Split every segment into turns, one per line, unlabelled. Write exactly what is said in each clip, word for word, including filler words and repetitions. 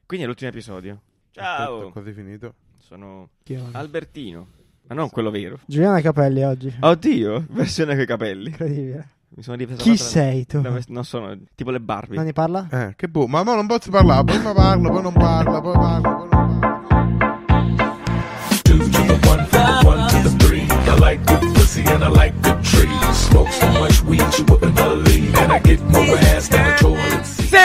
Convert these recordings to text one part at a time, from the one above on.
Quindi è l'ultimo episodio. Ciao.
Aspetta, quasi finito.
Sono
Chi è?
Albertino, ma non quello vero.
Giuliano Capelli oggi.
Oddio, versione coi capelli.
Incredibile.
Mi sono ripreso
Chi
l'altra-
sei tu?
No, non sono tipo le Barbie.
Non ne parla?
Eh, che boh, ma mo non posso parlare, prima parlo, poi non parlo, poi parlo, poi non parlo.
Two to the one, from the one to the three. I like good pussy and I like good trees. Smoke so much weed you wouldn't believe, and I get more ass than a toilet seat.
Sì!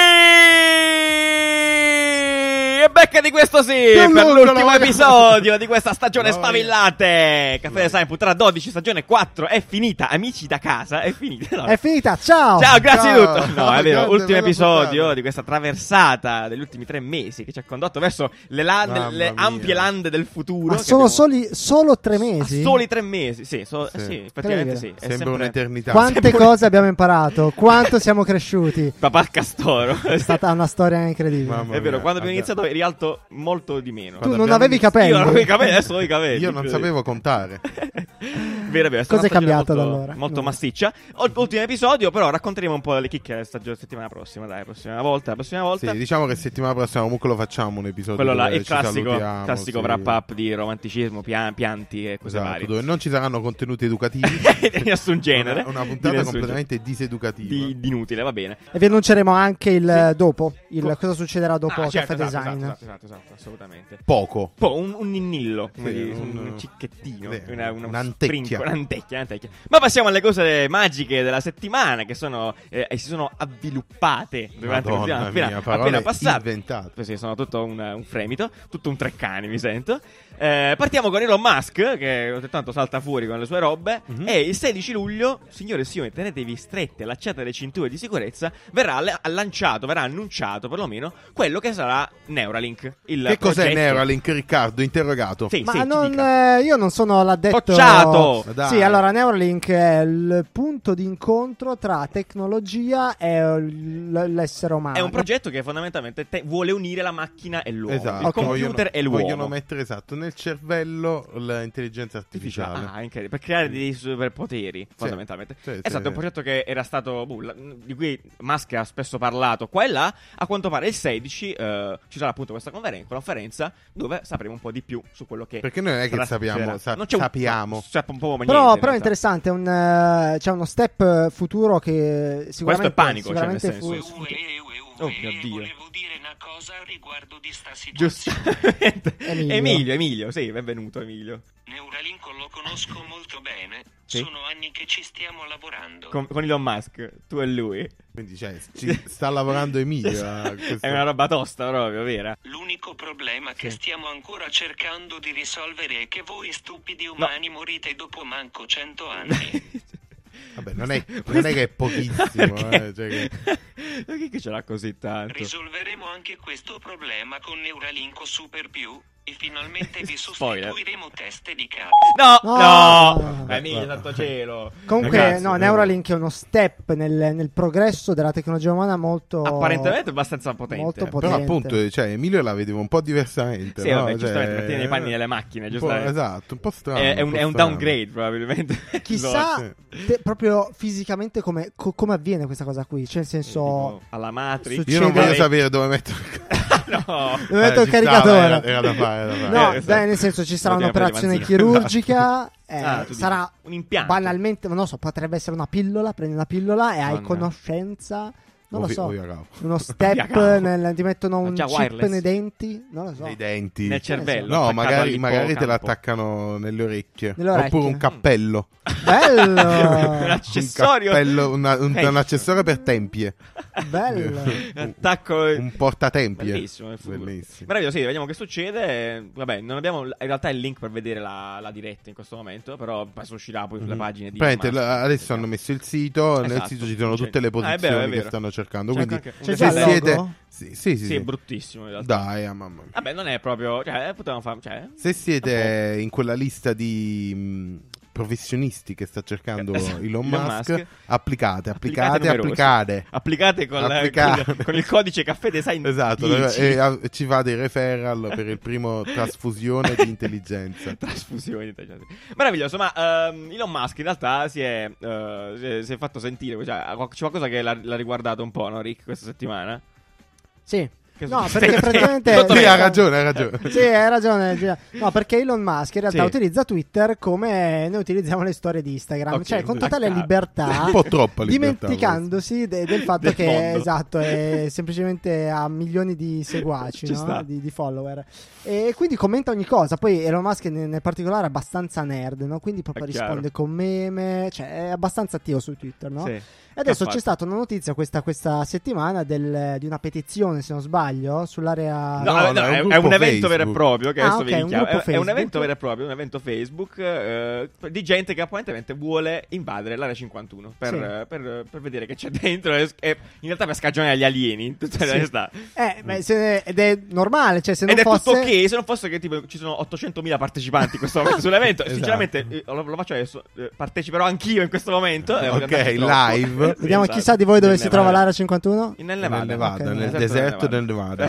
E becca di questo sì,
Più
per
lungo
l'ultimo
la-
episodio di questa stagione
Vai.
Sfavillate. Caffè Design, puntata dodici, stagione quattro, è finita. Amici da casa, è finita. No.
È finita, ciao!
Ciao, grazie
Ciao.
di tutto. No, è vero,
Grande,
ultimo
bella
episodio
puntata.
di questa traversata degli ultimi tre mesi che ci ha condotto verso le, lande,
Mamma
le
mia.
ampie lande del futuro.
Ma
che
sono
abbiamo-
soli, solo tre
Ah,
mesi?
soli tre mesi, sì, so-
Sì.
sì, effettivamente sì.
Incredibile.
È
Sembra
sempre
un'eternità.
Quante
Sempre-
cose abbiamo imparato? Quanto siamo cresciuti?
Papà Castoro.
È stata una storia incredibile.
Mamma
È vero,
mia,
quando abbiamo
vabbè.
iniziato eri alto molto di meno.
Tu
Quando
non
abbiamo
avevi i
iniziato-
capelli?
Io non avevo i capelli, adesso ho i capelli.
Io non sapevo contare.
Vero, vero, è stata
Cosa è
una stagione
cambiato
molto,
da allora?
molto
No.
massiccia. O- Ultimo episodio, però racconteremo un po' le chicche della stagione settimana prossima. Dai, prossima volta, la prossima volta.
Sì, diciamo che settimana prossima comunque lo facciamo un episodio
Quello là,
dove
il
ci
classico,
salutiamo,
classico
sì.
wrap up di romanticismo, pia- pianti e cose
Esatto,
varie.
dove non ci saranno contenuti educativi.
Di nessun genere.
Una, una
Di
puntata
nessun
completamente diseducativa.
genere. Di, di inutile, va bene.
E vi annunceremo anche il
Sì.
dopo, il
Co-
cosa succederà dopo
Ah,
Caffè
certo, esatto,
Design.
Esatto, esatto, esatto, assolutamente.
Poco.
Po', un, un ninnillo, come
Sì,
dire,
un-
un, cicchettino,
sì,
una, una,
un'antecchia.
sprinkle, un'antecchia, un'antecchia. Ma passiamo alle cose magiche della settimana che sono eh, e si sono avviluppate durante la
Madonna
settimana appena,
mia, parole
appena passata.
inventate.
Sì, sono tutto un, un fremito, tutto un treccani mi sento. Eh, partiamo con Elon Musk che ogni tanto salta fuori con le sue robe.
Mhm.
E il sedici luglio, signore e signori, tenetevi strette, allacciate le cinture di sicurezza. Verrà le- lanciato, verrà annunciato perlomeno quello che sarà Neuralink. Il
Che cos'è
progetto-
Neuralink, Riccardo? Interrogato.
Sì,
Ma
sì, ci
non,
dica.
eh, io non sono l'addetto.
Bocciato!
Ma dai.
Sì, allora Neuralink è il punto di incontro tra tecnologia e l- l'essere umano.
È un progetto che fondamentalmente te- vuole unire la macchina e l'uomo,
Esatto.
il computer
vogliono,
e l'uomo.
vogliono mettere esatto nel cervello l'intelligenza artificiale.
Ah, incredibile, per creare dei superpoteri, fondamentalmente.
Sì,
è
sì.
stato un progetto che era stato boh, la- di cui Musk ha spesso parlato qua e là. A quanto pare il sedici eh, ci sarà appunto questa conferen- conferenza dove sapremo un po' di più su quello che
Perché noi non è che
sarà-
sappiamo,
succederà.
sa-
Non c'è un-
sappiamo.
no, c'è un po' niente,
Però,
in
però è
realtà.
interessante, è un, eh, c'è uno step futuro che sicuramente,
panico, cioè, nel
sicuramente
senso.
fu-
Oh mio Dio.
Volevo dire una cosa a riguardo di sta situazione.
Giustamente.
Emilio.
Emilio, Emilio, sì, benvenuto Emilio.
Neuralink lo conosco molto bene.
Sì?
Sono anni che ci stiamo lavorando.
Con, con Elon Musk, tu e lui.
Quindi cioè, ci sta lavorando Emilio a questo-
È una roba tosta proprio, vera?
L'unico problema che
Sì.
stiamo ancora cercando di risolvere è che voi stupidi umani morite dopo manco cento anni.
Vabbè, non è, non è che è pochissimo, eh, cioè che-
Ma chi che ce l'ha così tanto?
Risolveremo anche questo problema con Neuralink o Super più e finalmente vi
Spoiler.
sostituiremo teste di cazzo.
No,
No.
no,
Beh,
Emilio,
guarda.
tanto cielo.
Comunque,
Ragazzi,
no,
eh,
Neuralink è uno step nel, nel progresso della tecnologia umana molto.
apparentemente abbastanza potente.
molto
Però
potente.
appunto, cioè, Emilio la vedevo un po' diversamente,
Sì,
no?
vabbè,
Cioè,
giustamente, metti nei panni delle macchine,
un po',
giustamente.
esatto, un po' strano.
È, è un,
po'
è un
strano.
downgrade probabilmente.
Chissà
Sì.
te- proprio fisicamente come, co- come avviene questa cosa qui. Cioè, nel senso.
Tipo, alla Matrix.
Succede-
Io non voglio
Succede-
sapere dove mettere
No.
Dove metto il
ci stava,
caricatore?
Era, era da fare, era da fare.
No,
Eh, esatto.
dai, nel senso ci sarà
Lo tira
un'operazione
per le manzine.
chirurgica. eh,
Ah, tu dici,
sarà
un impianto.
banalmente, non lo so, potrebbe essere una pillola. Prendi una pillola e hai
Madonna.
conoscenza. Non lo
Ovvi-
so.
ovvio, cavolo.
Uno
Via,
step
cavolo.
nel, ti mettono
Ma
un
già
chip
wireless?
nei denti. Non lo so.
Nei denti.
Nel cervello.
No,
attaccato
magari, magari te
all'ippocampo.
l'attaccano nelle orecchie.
Nelle orecchie.
Oppure un cappello.
Bello.
Un accessorio.
Un cappello, una- un,
Hey.
un accessorio per tempie.
Bello.
Attacco.
Un portatempie.
Bellissimo, il futuro.
Bellissimo.
Meraviglioso, sì, vediamo che succede. Vabbè, non abbiamo in realtà il link per vedere la, la diretta in questo momento, però penso uscirà poi sulle
Mhm.
pagine di
Praticamente,
Elon Musk.
l- adesso hanno messo il sito. Nel
Esatto.
sito ci sono
C'è-
tutte le
Ah, è vero,
posizioni
è vero.
che stanno cercando.
C'è
Quindi,
anche un
C'è
se
già il
siete.
logo?
Sì, sì, sì.
Sì,
sì.
è bruttissimo in realtà.
Dai, ah, mamma mia.
Vabbè, non è proprio. Cioè, eh, potevamo fare. Cioè,
Se siete in quella lista di mh, professionisti che sta cercando
Esatto,
Elon
Elon
Musk,
Musk.
applicate, applicate,
numerosi.
applicate.
Applicate con, la-
Applicate.
con- con il codice caffè design
Esatto,
dieci.
e, a- ci va dei referral per il primo trasfusione di intelligenza.
Trasfusioni cioè, sì. Meraviglioso, ma ehm, Elon Musk in realtà si è, eh, si è, si è fatto sentire, cioè, c'è qualcosa che l'ha, l'ha riguardato un po', no Rick, questa settimana?
Sì.
Che
No,
stai-
perché praticamente...
Tutto
Sì,
bene.
ha ragione, ha ragione.
Sì, hai ragione. Gia. No, perché Elon Musk in realtà
Sì.
utilizza Twitter come noi utilizziamo le storie di Instagram,
Ok,
cioè con
sì.
totale
A caso.
libertà,
Un po' troppa libertà,
dimenticandosi de- del fatto
Del
che
mondo.
esatto, è semplicemente ha milioni di seguaci,
Ci
no?
sta.
di, di follower. E quindi commenta ogni cosa. Poi Elon Musk nel, nel particolare è abbastanza nerd, no? Quindi proprio
È chiaro.
risponde con meme, cioè è abbastanza attivo su Twitter, no?
Sì.
E adesso
Che ha
c'è
fatto?
stata una notizia questa, questa settimana del- di una petizione, se non sbaglio, sull'area...
No,
No,
no,
no, è un
è, è
gruppo
un evento
Facebook.
vero e proprio che
Ah,
adesso
ok,
vi
un
chiamo.
gruppo
È, è un
Facebook.
evento vero e proprio, un evento Facebook eh, di gente che apparentemente vuole invadere l'area cinquantuno per,
Sì.
eh, per, per vedere che c'è dentro e, e in realtà per scagionare gli alieni in tutta la
Sì.
realtà.
Eh, beh, se- ed è normale, cioè se non
Ed è
fosse...
tutto ok se non fosse che tipo ci sono ottocentomila partecipanti in questo momento sull'evento.
Esatto.
Sinceramente eh, lo, lo faccio adesso, eh, parteciperò anch'io in questo momento. eh, voglio
Ok,
andare troppo.
live.
Sì,
Vediamo
esatto.
chissà di voi dove
Nel
si
Nevada.
trova l'area cinquantuno.
Nel Nevada,
Nel Nevada,
Ok,
nel
nel
deserto del Nevada.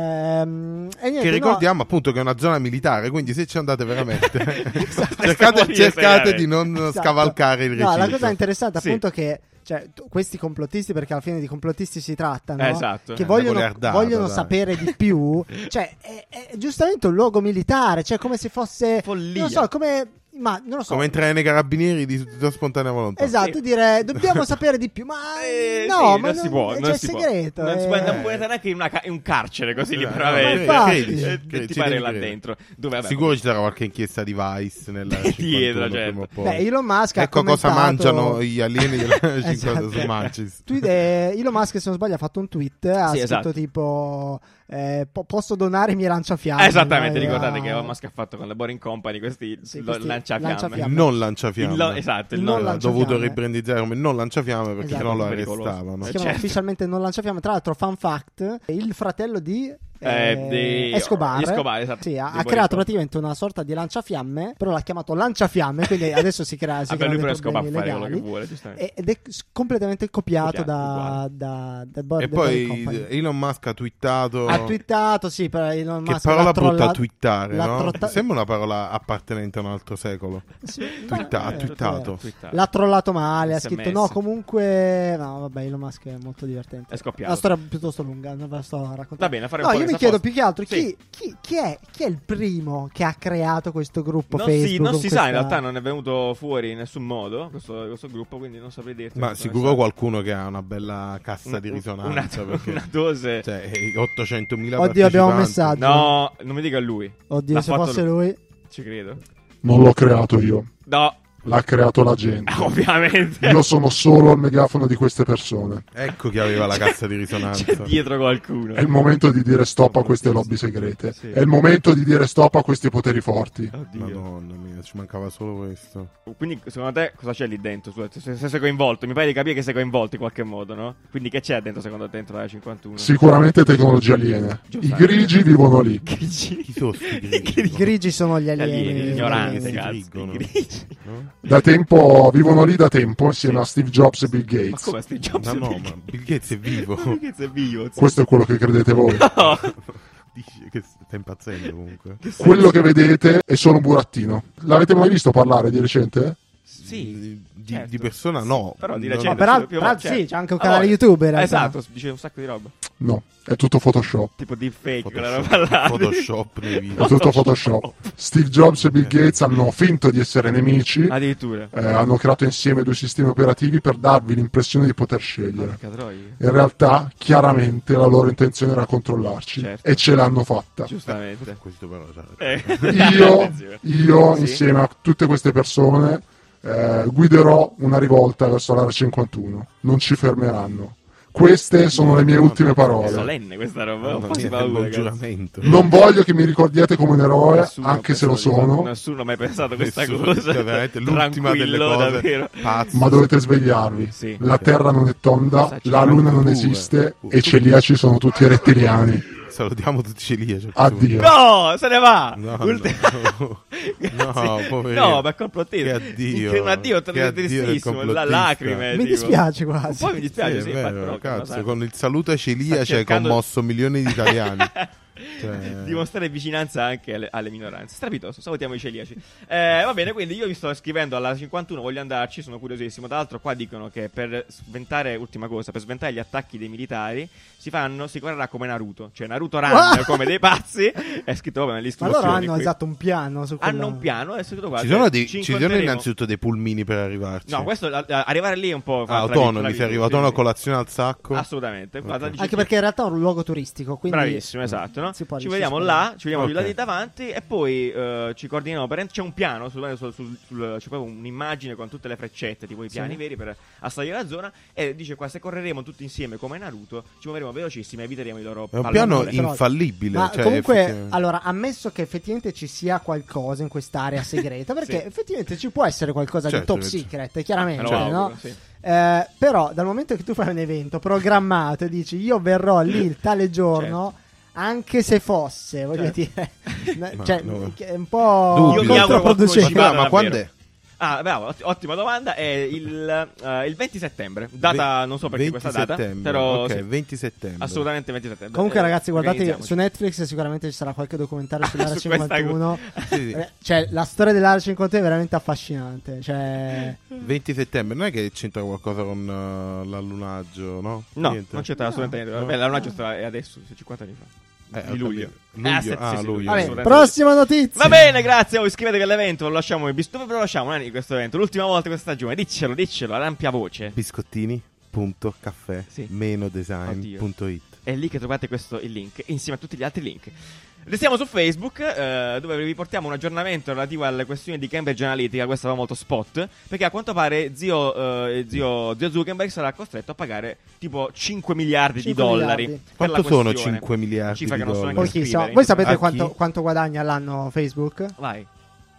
Ehm, e niente,
Che
no,
ricordiamo appunto che è una zona militare, quindi se ci andate veramente
Esatto,
cercate,
morire,
cercate
seriamente.
di non
esatto.
scavalcare il recinto.
No, la cosa interessante
Sì.
appunto che cioè, tu- questi complottisti, perché alla fine di complottisti si tratta, no?
Eh, esatto.
Che
Eh,
vogliono,
una goliardata,
vogliono
dai.
sapere di più. Cioè, è, è giustamente un luogo militare, cioè come se fosse...
Follia.
Non so, come... Ma non lo so.
Come entrare nei carabinieri di tutta spontanea volontà.
Esatto,
Sì.
dire dobbiamo sapere di più, ma
Eh,
no,
sì,
ma
non si può,
c'è
non
il
si può.
segreto.
Non,
eh.
si può, non puoi entrare neanche in, una ca- in un carcere così
Eh,
liberamente.
no,
infatti.
credi,
Eh,
credi,
ti
ci
pare
devi
là
credere.
dentro. Dove, vabbè,
Sicuro ci sarà qualche inchiesta di Vice nella
Dietro,
cinquantuno,
certo.
prima o poi.
Beh, Elon Musk ha
Ecco cosa
commentato-
mangiano gli alieni della cinquantuno
Esatto.
su Manchis.
Tweet- eh, Elon Musk, se non sbaglio, ha fatto un tweet. Ha
Sì,
scritto
esatto.
tipo: eh, po- posso donare i miei lanciafiamme.
Esattamente,
no?
ricordate
Eh,
che Elon Musk ha fatto con la Boring Company questi,
Sì,
lo-
questi
lanciafiamme.
lanciafiamme.
Non
Il
lanciafiamme.
lo- esatto, il
Il non
non
Ha
lanciafiamme.
dovuto ribrandizzare come non lanciafiamme perché
Esatto.
sennò lo
Pericoloso.
arrestavano.
Si
Eh,
chiama
certo.
ufficialmente non lanciafiamme. Tra l'altro, fun fact: il fratello di.
Eh,
eh,
di-
Escobar,
Escobar, esatto.
sì, ha,
Di
ha
Boring
creato
Company.
praticamente una sorta di lanciafiamme, però l'ha chiamato lanciafiamme, quindi adesso si crea si
Vabbè,
creano
lui
dei
per Escobar
problemi
fare quello che
legali.
vuole, giustamente.
E- Ed è s- completamente copiato,
Copiato,
da,
uguale.
da, da Bo-
E
da Boring
poi
Company.
Elon Musk ha twittato.
Ha twittato, sì, però Elon
Che
Musk
parola
l'ha
brutta
trolla-
twittare,
l'ha
no?
trotta-
Sembra una parola appartenente a un altro secolo.
Sì,
Twitta- ha
eh,
twittato.
Twittato.
L'ha trollato male, ha
S M S.
scritto no, comunque no, vabbè, Elon Musk è molto divertente.
È scoppiato.
Una storia piuttosto lunga, non ve la sto raccontando.
Va bene, fare un
No,
po'
io mi
questa
chiedo
posta.
più che altro
Sì.
chi, chi, chi è, chi è il primo che ha creato questo gruppo
Non
Facebook?
si, non
con
si sa, in
questa-
realtà non è venuto fuori in nessun modo questo, questo gruppo, quindi non saprei dirti.
Ma
cosa
sicuro
ne so.
qualcuno che ha una bella cassa
Una-
di
una,
risonanza. perché,
una dose.
cioè, ottocentomila
Oddio, abbiamo un
partecipanti.
messaggio.
No, non mi dica lui.
Oddio,
L'ha
se
fatto
fosse
lui.
lui.
Ci credo.
Non l'ho creato io,
No,
l'ha creato la gente.
ovviamente.
Io sono solo il megafono di queste persone.
Ecco chi aveva la cassa di risonanza.
C'è dietro qualcuno.
È il momento di dire stop a queste lobby segrete.
Sì.
È il momento di dire stop a questi poteri forti.
Oddio.
Madonna mia, ci mancava solo questo.
Quindi secondo te cosa c'è lì dentro? Scusa, Se, se sei coinvolto, mi pare di capire che sei coinvolto in qualche modo, no? Quindi che c'è dentro secondo te dentro la cinquantuno?
Sicuramente tecnologie aliene. I
Giusto.
grigi vivono lì.
Chi sono sti grigi?
I grigi sono gli
Gli
alieni.
alieni,
gli
ignoranti,
alieni.
cazzo.
friggono.
i grigi.
No?
Da tempo, vivono lì da tempo insieme a Steve Jobs e Bill
Ma
Gates.
come Steve Jobs?
Ma
e
no,
Bill
ma
Gates?
Bill Gates è vivo.
Bill Gates è vivo. zio.
Questo è quello che credete voi.
No.
Dici che sta impazzendo comunque.
Quello che vedete è solo un burattino. L'avete mai visto parlare di recente?
Sì.
Di,
certo.
di persona no.
Però di
Non-
recente-
No, peraltro,
più-
peraltro
certo.
sì, c'è anche un
Ah,
canale
voglia.
YouTube in realtà.
Esatto, dice un sacco di roba.
No, è tutto Photoshop.
Tipo deepfake, quella
Photoshop,
roba là.
Photoshop nei video.
È tutto Photoshop. Steve Jobs e Bill Gates hanno finto di essere nemici.
Addirittura.
Eh, hanno creato insieme due sistemi operativi per darvi l'impressione di poter scegliere.
Porca troia.
In realtà, chiaramente, la loro intenzione era controllarci.
Certo.
E ce l'hanno fatta.
Giustamente.
Questo però cioè,
Eh.
Io, io
Sì.
insieme a tutte queste persone, eh, guiderò una rivolta verso l'area cinquantuno. Non ci fermeranno. Queste sono le mie ultime
È
parole.
solenne questa roba.
Mamma
Un po' si
mia,
paura,
sembra un
cazzo.
giuramento.
Non voglio che mi ricordiate come un eroe,
Nessuno
anche
ha
se lo
pensato di-
sono,
Nessuno ha mai pensato a questa
Nessuno,
cosa.
cioè, veramente l'ultima delle
Tranquillo,
cose
davvero.
pazze.
ma dovete svegliarvi.
Sì.
La terra non è tonda,
Sacci-
la luna non
pure.
esiste e i celiaci sono tutti rettiliani.
Salutiamo tutti i celiaci.
Addio.
No, se ne va.
No,
Ulti-
no. No, poverino.
No, ma è complottista.
Che addio.
Che un addio
Che addio del
tristissimo. La
complottista.
lacrime.
Mi
tipo.
dispiace
Un
quasi.
po' mi dispiace,
Sì,
sì,
è
infatti,
vero,
però,
cazzo,
lo sai.
con il saluto ai
Sta
celiaci hai
cercando-
commosso milioni di italiani.
Cioè...
dimostrare vicinanza anche alle, alle minoranze. Strepitoso, salutiamo i celiaci. Eh, va bene, quindi io vi sto scrivendo alla cinquantuno, voglio andarci, sono curiosissimo. Tra l'altro qua dicono che per sventare, ultima cosa, per sventare gli attacchi dei militari si fanno, si correrà come Naruto, cioè Naruto run come dei pazzi. È scritto proprio nelle
Ma
istruzioni.
loro hanno
qui.
esatto un piano su quello.
Hanno un piano, è scritto qua.
Ci
che
sono, dei,
ci
ci sono
incontreremo-
innanzitutto dei pulmini per arrivarci.
No, questo a- a- arrivare lì è un po'
Ah,
tra-
autonomi,
tra-
si
tra-
arriva
sì,
autonomo
sì.
a colazione al sacco.
Assolutamente. Guarda,
Ok.
dice
Anche
che-
perché in realtà è un luogo turistico, quindi
Bravissimo, esatto, no?
si può
Ci vediamo
riuscire.
là, ci vediamo
Ok.
più là di davanti e poi eh, ci coordiniamo per... C'è un piano, sul, sul, sul, sul- c'è proprio un'immagine con tutte le freccette, tipo i piani
Sì.
veri per assalire la zona e dice qua se correremo tutti insieme come Naruto ci muoveremo velocissimi e eviteremo i loro
È un
palloni.
piano
Però-
infallibile.
Ma
cioè,
comunque,
effettivamente.
allora, ammesso che effettivamente ci sia qualcosa in quest'area segreta, perché
Sì.
effettivamente ci può essere qualcosa
Certo,
di top
certo.
secret,
Me
chiaramente,
lo auguro,
no?
sì.
Eh, però dal momento che tu fai un evento programmato e dici io verrò lì il tale giorno, anche se fosse, voglio
Certo.
dire,
Ma
cioè,
no.
che è un po'
Dubbio.
Io mi auguro qualcuno ci
controproducente.
Ma,
vada
ma quando
davvero.
è?
Ah, bravo, otti- ottima domanda. È il, eh, il venti settembre. Data, non so perché
venti
questa data.
settembre,
Però
ok,
sì,
venti settembre.
assolutamente venti settembre.
Comunque,
Eh,
ragazzi, guardate
organizziamoci.
su Netflix sicuramente ci sarà qualche documentario sull'area
Su questa
cinquantuno.
Sì, sì.
Eh, Cioè, la storia dell'area cinquantuno è veramente affascinante. Cioè,
venti settembre, non è che c'entra qualcosa con uh, l'allunaggio, no?
No,
Niente.
non c'entra assolutamente niente.
No.
Beh, l'allunaggio è adesso, cinquanta anni fa.
Eh, ho
di luglio.
capito. Luglio,
Ah, sì,
ah,
sì, sì,
luglio.
vabbè,
assolutamente.
prossima notizia.
Va bene, grazie a voi. Iscrivetevi all'evento. Lo lasciamo. Dove ve lo lasciamo, Nani, questo evento? L'ultima volta questa stagione. Diccelo, diccelo, a ampia voce.
Biscottini punto caffè
Sì.
meno design punto it.
È lì che trovate questo il link, insieme a tutti gli altri link. Restiamo su Facebook, eh, dove vi portiamo un aggiornamento relativo alle questioni di Cambridge Analytica. Questo va molto spot, perché a quanto pare zio, eh, zio, zio Zuckerberg sarà costretto a pagare tipo cinque miliardi di
cinque
dollari.
miliardi.
per
Quanto
la
sono
questione.
cinque miliardi
Cifra
di
che non so
dollari?
neanche
Pochissimo.
scrivere.
Voi sapete
A chi?
quanto, quanto guadagna all'anno Facebook?
Vai.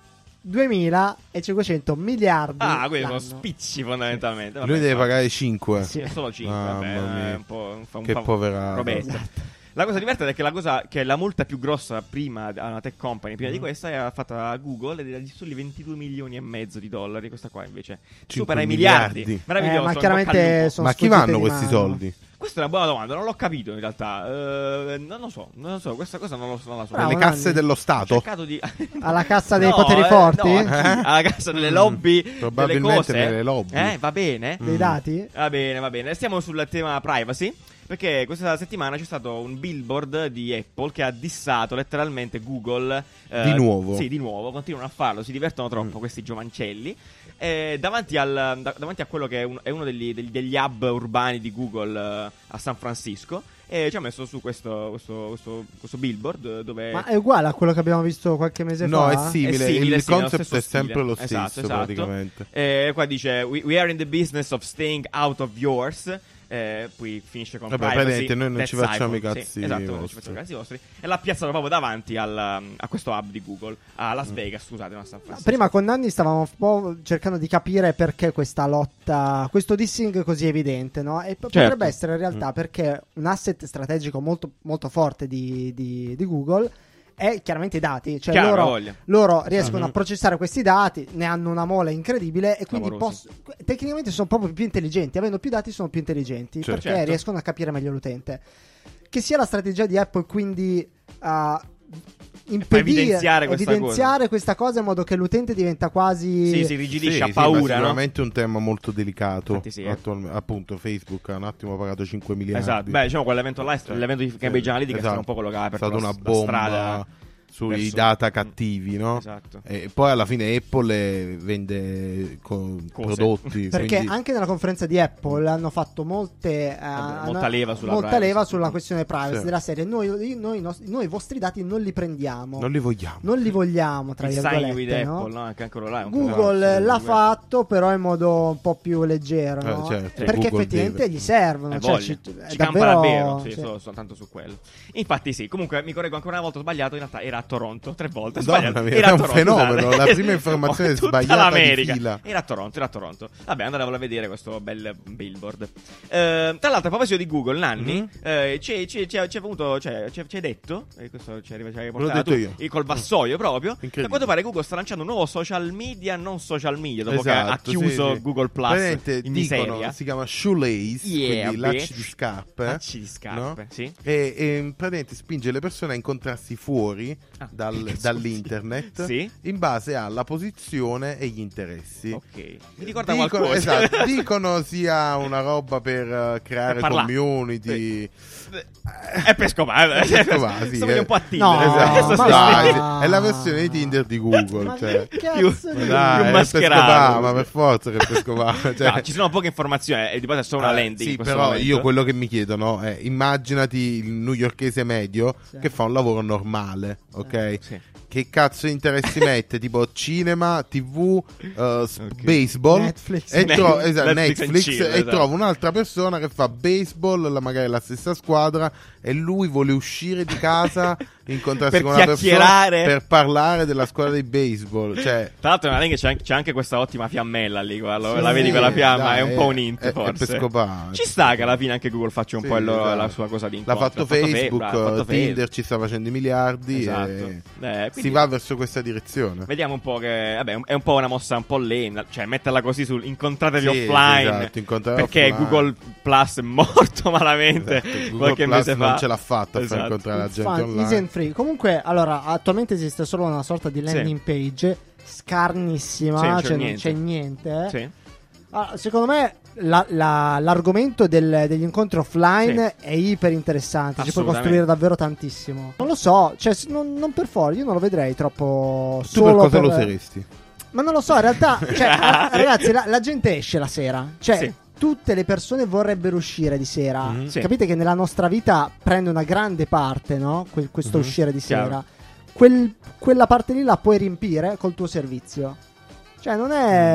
duemilacinquecento miliardi.
Ah, quelli sono
l'anno.
spicci fondamentalmente.
Lui deve pagare cinque.
Sì.
È solo cinque,
Mamma
vabbè,
mia.
è un po', un fa- un
Che
fa-
poverato.
robetta. La cosa divertente è che la cosa che la multa più grossa prima a una tech company, prima
Mm.
di questa, era fatta da Google ed era di soli ventidue milioni e mezzo di dollari. Questa qua invece
cinque
supera i miliardi.
miliardi.
Meraviglioso.
Eh, ma
in
chiaramente
bocca al lupo.
sono
Ma a chi
sfuggite
vanno
di
questi
mano.
soldi?
Questa è una buona domanda, non l'ho capito in realtà. Eh, non lo so, non lo so, questa cosa non lo so. Non la so.
Bravo,
Nelle
Nanni.
casse dello
Ho
Stato?
cercato di
Alla cassa dei
No,
poteri
eh,
forti?
no, alla cassa delle lobby, delle
Probabilmente
cose.
nelle lobby.
Eh, va bene.
Dei dati?
Va bene, va bene. Stiamo sul tema privacy. Perché questa settimana c'è stato un billboard di Apple che ha dissato letteralmente Google. eh,
Di nuovo?
Sì, di nuovo. Continuano a farlo. Si divertono troppo
Mm.
questi giovancelli. Eh, davanti, al, da- davanti a quello che è, un- è uno degli, degli- degli hub urbani di Google eh, a San Francisco. E ci ha messo su questo, questo, questo, questo billboard eh, dove.
Ma è uguale a quello che abbiamo visto qualche mese
No,
fa?
è simile.
È simile,
Il
sì, è lo
concept
stesso
è sempre
stile.
lo stesso,
Esatto, esatto.
praticamente.
Eh, qua dice we, we are in the business of staying out of yours. Eh, poi finisce con
Vabbè,
privacy,
praticamente noi non
that's
ci facciamo
Apple.
i cazzi
Sì, esatto, noi non ci
vostri.
facciamo i cazzi vostri. E l'ha piazzato proprio davanti al, a questo hub di Google a
Mm.
Las Vegas, scusate, non a San Francisco.
Prima con Nanni stavamo un po' cercando di capire perché questa lotta, questo dissing così evidente, no? E p-
Certo.
potrebbe essere in realtà perché un asset strategico molto, molto forte di, di- di Google è chiaramente i dati. Cioè
Chiaro,
loro,
voglia.
loro riescono
Mhm.
a processare questi dati, ne hanno una mole incredibile e quindi
Clamorosi.
poss- tecnicamente sono proprio più intelligenti. Avendo più dati sono più intelligenti
Certo.
perché
Certo.
riescono a capire meglio l'utente. Che sia la strategia di Apple, quindi uh, impedire,
evidenziare questa
evidenziare questa cosa in modo che l'utente diventa quasi
Sì, si rigidisce,
Sì,
ha
sì,
paura,
ma
no?
sicuramente è un tema molto delicato.
Infatti sì, eh.
Attualmente, appunto, Facebook ha un attimo pagato cinque miliardi.
Esatto. Beh, diciamo quell'evento là,
Cioè,
l'evento di Cambridge Analytica è stato un po' quello che ha
È
aperto
stata
la,
una
la strada
bomba sui
verso-
data cattivi, no?
Esatto.
E poi alla fine Apple eh, vende co-
Cose.
prodotti.
perché
quindi-
anche nella conferenza di Apple hanno fatto molte eh,
Vabbè,
hanno-
molta leva sulla
molta
privacy.
leva sulla questione privacy
Sì.
della serie noi, noi, i nostri- noi i vostri dati non li prendiamo,
non li vogliamo.
non li vogliamo tra
Il sign with
virgolette, no?
Apple, no? Anche ancora là è un po'
Google
grave,
l'ha
sì,
fatto però in modo un po' più leggero,
Eh,
no?
certo,
perché
Google
effettivamente
deve.
gli servono,
Eh,
cioè,
voglia.
ci,
Ci
è
campa
davvero-
davvero, sì,
sì.
solo- soltanto su quello. Infatti sì, comunque mi correggo ancora una volta, ho sbagliato, in realtà era era a Toronto, tre volte.
Madonna
Sbagliato.
mia,
Era
è
a
un
Toronto,
fenomeno,
scusate.
la prima informazione
Tutta
sbagliata di
l'America.
fila.
Era a Toronto, era a Toronto. Vabbè, andatevelo a vedere questo bel billboard. Eh, tra l'altro, a proposito di Google, Nanni,
Mm-hmm.
eh, ci, ci, ci, ci, venuto, cioè, ci, ci hai detto, e questo ci hai, ci hai portato
detto
tu,
io.
il- col vassoio proprio.
Incredibile.
A quanto pare Google sta lanciando un nuovo social media, non social media, dopo che
Esatto,
ha chiuso
sì, sì.
Google Plus
Praticamente
in
dicono,
miseria.
si chiama shoelace,
Yeah,
quindi lacci
bitch.
di scarpe.
Lacci di scarpe,
no?
sì.
E, e praticamente spinge le persone a incontrarsi fuori
Ah,
dal-
che
dall'internet
Sì.
in base alla posizione e gli interessi.
Ok, mi ricorda
Dicono,
qualcosa.
esatto, dicono sia una roba per uh, creare
Per parlare.
community.
È per scopare.
Per scopare, sì,
Somiglia
eh.
un po' a Tinder.
No,
Esatto.
Questo
ma
sì.
Dai,
no.
sì, è la versione di Tinder di Google.
Ma
cioè.
che cazzo
Più-
di-
Dai,
più
è
mascherato.
Pescopà, ma per forza che è Pescopà. Cioè,
No, ci sono poche informazioni, e di base è solo una
Ah,
landing.
sì,
in questo
però
momento.
io quello che mi chiedono è: immaginati il newyorkese medio
Sì.
che fa un lavoro normale, ok?
Sì.
Che cazzo di interessi mette? Tipo cinema, tivù, eh, s-
Ok.
baseball
Netflix.
e tro-
Netflix
esatto,
in
Netflix
cinema,
e
esatto.
trova un'altra persona che fa baseball, la- magari la stessa squadra, e lui vuole uscire di casa, incontrarsi
Per
con una persona
chiacchierare.
per parlare della squadra di baseball. Cioè,
Tra l'altro, nella lingua c'è anche, c'è anche questa ottima fiammella lì. Guarda,
Sì,
la vedi
sì,
quella fiamma?
dai,
è un po' un int,
è- è
forse.
Pescopà, è
Ci sta che alla fine anche Google faccia un
Sì,
po' il-
esatto.
la sua cosa di
L'ha
incontro.
fatto
Ha fe-
Facebook,
bravo, ha fatto
Tinder
Facebook.
ci sta facendo i miliardi
Esatto.
e
Eh,
si
quindi
va verso questa direzione.
vediamo un po' che. Vabbè, è un po' una mossa un po' lenta. Cioè, metterla così sul incontratevi
Sì,
offline.
esatto, incontratevi
perché
offline.
Google Plus è morto malamente
Esatto, Google
qualche
Plus
mese fa.
non ce l'ha fatta a far
Esatto.
incontrare la gente
Infatti,
online.
easy and free. Comunque, allora, attualmente esiste solo una sorta di landing page scarnissima,
Sì, non c'è
cioè non
niente.
c'è niente. eh.
Sì.
Ah, secondo me la- la- l'argomento del- degli incontri offline è iper interessante, ci puoi
Assolutamente.
costruire davvero tantissimo. Non lo so, cioè, s- non, non per forza, io non lo vedrei troppo
Tu
solo
per cosa
per-
lo useresti?
Ma non lo so, in realtà, cioè, ah, ragazzi, la, la gente esce la sera, cioè
Sì.
tutte le persone vorrebbero uscire di sera.
Mhm.
Sì.
Capite che nella nostra vita prende una grande parte, no? Que- questo
Mhm.
uscire di
Chiaro.
sera. Quel- quella parte lì la puoi riempire col tuo servizio. Cioè, non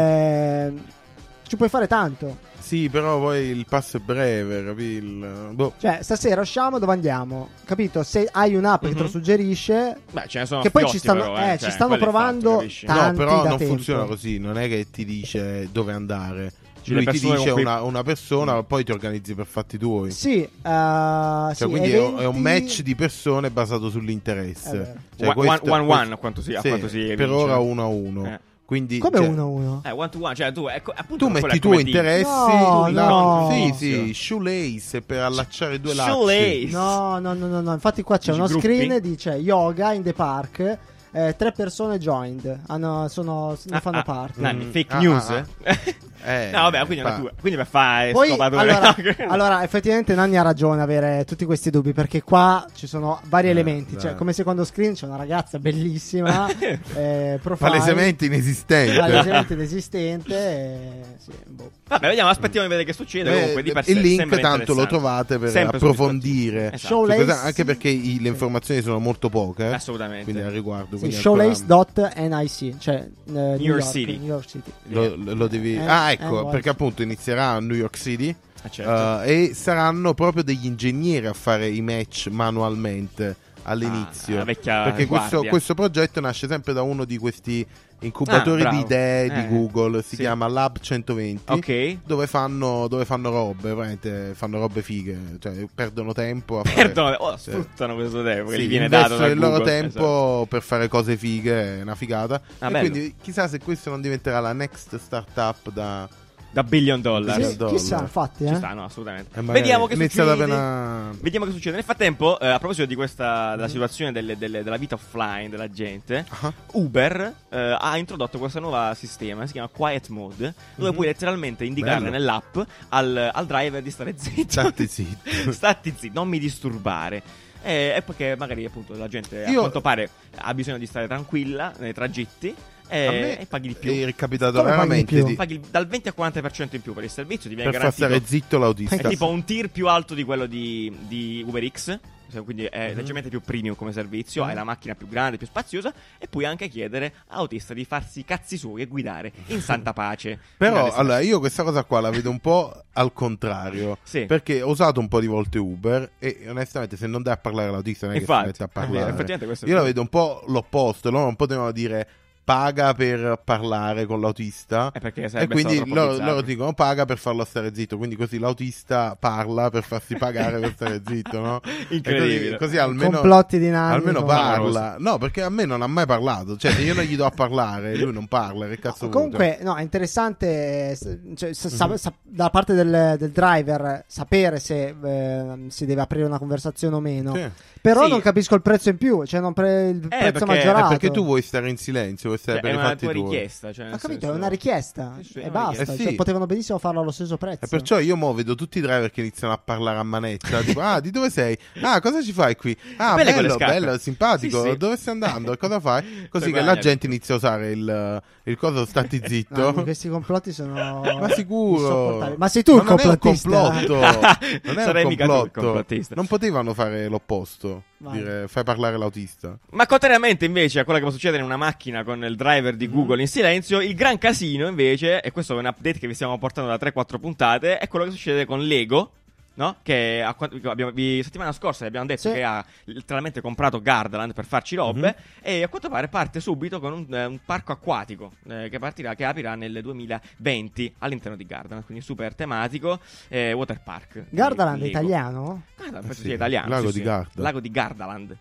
è. Ci puoi fare tanto.
Sì, però poi il passo è breve, capi? Il... Boh.
Cioè, stasera usciamo, dove andiamo? Capito? Se hai un'app che te lo
Mhm.
suggerisce.
Beh, ce ne sono
Che poi
fiotti
ci stanno-
però,
eh,
cioè,
ci stanno
quello è il
provando
fatto, capisci?
ta-
No,
tanti
però
da
non
tempo.
funziona così, non è che ti dice dove andare.
Ci
Lui
le
ti
persone
dice
con cui-
una, una persona, poi ti organizzi per fatti tuoi.
Sì, eh,
Cioè,
sì,
quindi è un- è un
eventi-
match di persone basato
È
sull'interesse.
vero.
Cioè,
One-
questo-
one- one-
questo-
one, a quanto si- a
sì,
quanto si
per
vince.
ora uno a uno.
Eh.
Quindi,
Come
cioè,
uno a uno?
Eh, one to one, cioè tu, ecco, appunto,
tu
quello
metti
è
i tuoi
come dire.
interessi,
No,
la-
no.
sì, sì, shoelace per allacciare due lacci.
Shoelace.
No, no, no, no, no. Infatti qua c'è
Dici
uno
gruppi?
screen, dice yoga in the park. eh, tre persone joined. Hanno, sono, ne
Ah,
fanno
ah,
parte.
Nanni,
Mm.
fake
Ah,
news?
ah, Eh,
no, vabbè, quindi,
fa-
tu, quindi per fare
Poi,
scopatore.
allora, allora, effettivamente Nanni ha ragione avere tutti questi dubbi, perché qua ci sono vari
Eh,
elementi.
dai.
Cioè, come secondo screen c'è una ragazza bellissima, eh, profile,
palesemente inesistente.
palesemente inesistente. eh, sì, boh.
Vabbè, vediamo, aspettiamo di vedere che succede.
Eh,
Comunque, di per sé
il link
sembra
tanto lo
interessante.
trovate per
Sempre
approfondire.
Esatto.
Show-
Su questa- anche perché i- le informazioni sono molto poche, eh,
Assolutamente.
quindi al riguardo.
Sì,
quindi
shoelace
ancora-
dot nic, cioè eh, New,
York
York,
City.
New York City.
Lo, lo devi...
Eh,
ah,
eh,
ecco,
guarda.
perché appunto inizierà a New York City.
Ah, certo.
eh, e saranno proprio degli ingegneri a fare i match manualmente all'inizio.
Ah, la vecchia
perché questo,
guardia.
questo progetto nasce sempre da uno di questi incubatori
Ah,
di
bravo.
idee
Eh,
di Google. Si
sì.
chiama Lab centoventi.
Ok.
Dove fanno, dove fanno robe, veramente fanno robe fighe, cioè perdono tempo a fare,
Perdono, oh,
Sì.
sfruttano questo tempo che
Sì,
gli viene dato
investono
da
il loro
Google.
tempo
Esatto.
per fare cose fighe, è una figata.
Ah,
e
bello.
quindi chissà se questo non diventerà la next startup da
Da billion dollar.
Billion
Sì,
dollar.
chissà, infatti,
Ci
eh.
sta, no, assolutamente.
e magari
Vediamo che
inizia
succede.
da appena...
Vediamo che succede. Nel frattempo, eh, a proposito di questa della situazione delle- delle- della vita offline della gente,
Ah.
Uber eh, ha introdotto questo nuovo sistema, si chiama Quiet Mode, dove
Mhm.
puoi letteralmente indicare
Bello.
nell'app al, al driver di stare zitto.
Stati zitti.
Stati zitto, non mi disturbare. E, e perché magari appunto la gente a
Io-
quanto pare ha bisogno di stare tranquilla nei tragitti e,
A me
e paghi di più.
è capitato
Come paghi di
raramente
più?
di,
Paghi dal venti al quaranta per cento in più per il servizio, ti viene
per far
garantito.
stare zitto l'autista.
È tipo un tier più alto di quello di, di UberX. quindi è
Mhm.
leggermente più premium come servizio, hai la macchina più grande, più spaziosa, e puoi anche chiedere all'autista di farsi i cazzi suoi e guidare in santa pace.
Però
Fino
allora io questa cosa qua la vedo un po' al contrario.
Sì.
Perché ho usato un po' di volte Uber e onestamente se non dai a parlare all'autista non è
Infatti,
che si mette a
è vero,
parlare.
effettivamente questo è
Io la
vero.
vedo un po' l'opposto. Loro non potevano dire paga per parlare con l'autista
È perché
e
sarebbe
quindi
stato troppo
loro,
bizzarro.
loro dicono paga per farlo stare zitto, quindi così l'autista parla per farsi pagare per stare zitto, no? E
Incredibile.
così, così almeno
Complotti dinamici.
almeno
Clamorosi.
parla. No, perché a me non ha mai parlato. Cioè, se io non gli do a parlare, lui non parla. Che cazzo vuole?
Comunque, no, è interessante eh, s- cioè, sa- sa-
Mhm.
sa- da parte del, del driver sapere se eh, si deve aprire una conversazione o meno.
Sì.
Però
Sì.
non capisco il prezzo in più, cioè non pre- il prezzo
perché-
maggiorato.
È perché tu vuoi stare in silenzio, vuoi stare
Cioè,
per
è
i
una
fatti
tua
tuoi.
richiesta. Cioè,
Ho
nel
capito,
senso-
è una richiesta
Sì, sì, è
e
una
basta.
richiesta. Eh
Cioè,
sì.
potevano benissimo farlo allo stesso prezzo.
E perciò io mo vedo tutti i driver che iniziano a parlare a manetta. Tipo, ah, di dove sei? Ah, cosa ci fai qui? Ah,
Belle quelle
bello,
scarpe.
bello, simpatico.
Sì, sì.
Dove stai andando? Cosa fai? Così
Puoi
che la
guadagnare.
gente inizia a usare il, il coso stati
No,
zitto.
questi complotti sono
Ma sicuro.
insopportabili. Ma sei tu il
Ma non è un
complottista?
complotto. Non è
Sarei
un
mica tu il
complotto.
complottista.
Non potevano fare l'opposto.
Vai.
Dire fai parlare l'autista.
Ma contrariamente invece a quello che può succedere in una macchina con il driver di Google in silenzio, il gran casino invece, e questo è un update che vi stiamo portando da tre quattro puntate, è quello che succede con Lego, no? Che a, quant- abbiamo, vi, settimana scorsa vi abbiamo detto
Sì.
che ha letteralmente comprato Gardaland per farci robe, e a quanto pare parte subito con un, eh, un parco acquatico eh, che partirà, che aprirà nel duemilaventi all'interno di Gardaland, quindi super tematico, eh, water park.
Gardaland è
Lego.
italiano?
Gardaland, penso
Sì,
sia italiano.
Lago
sì,
di
sì.
Garda.
Lago di Gardaland.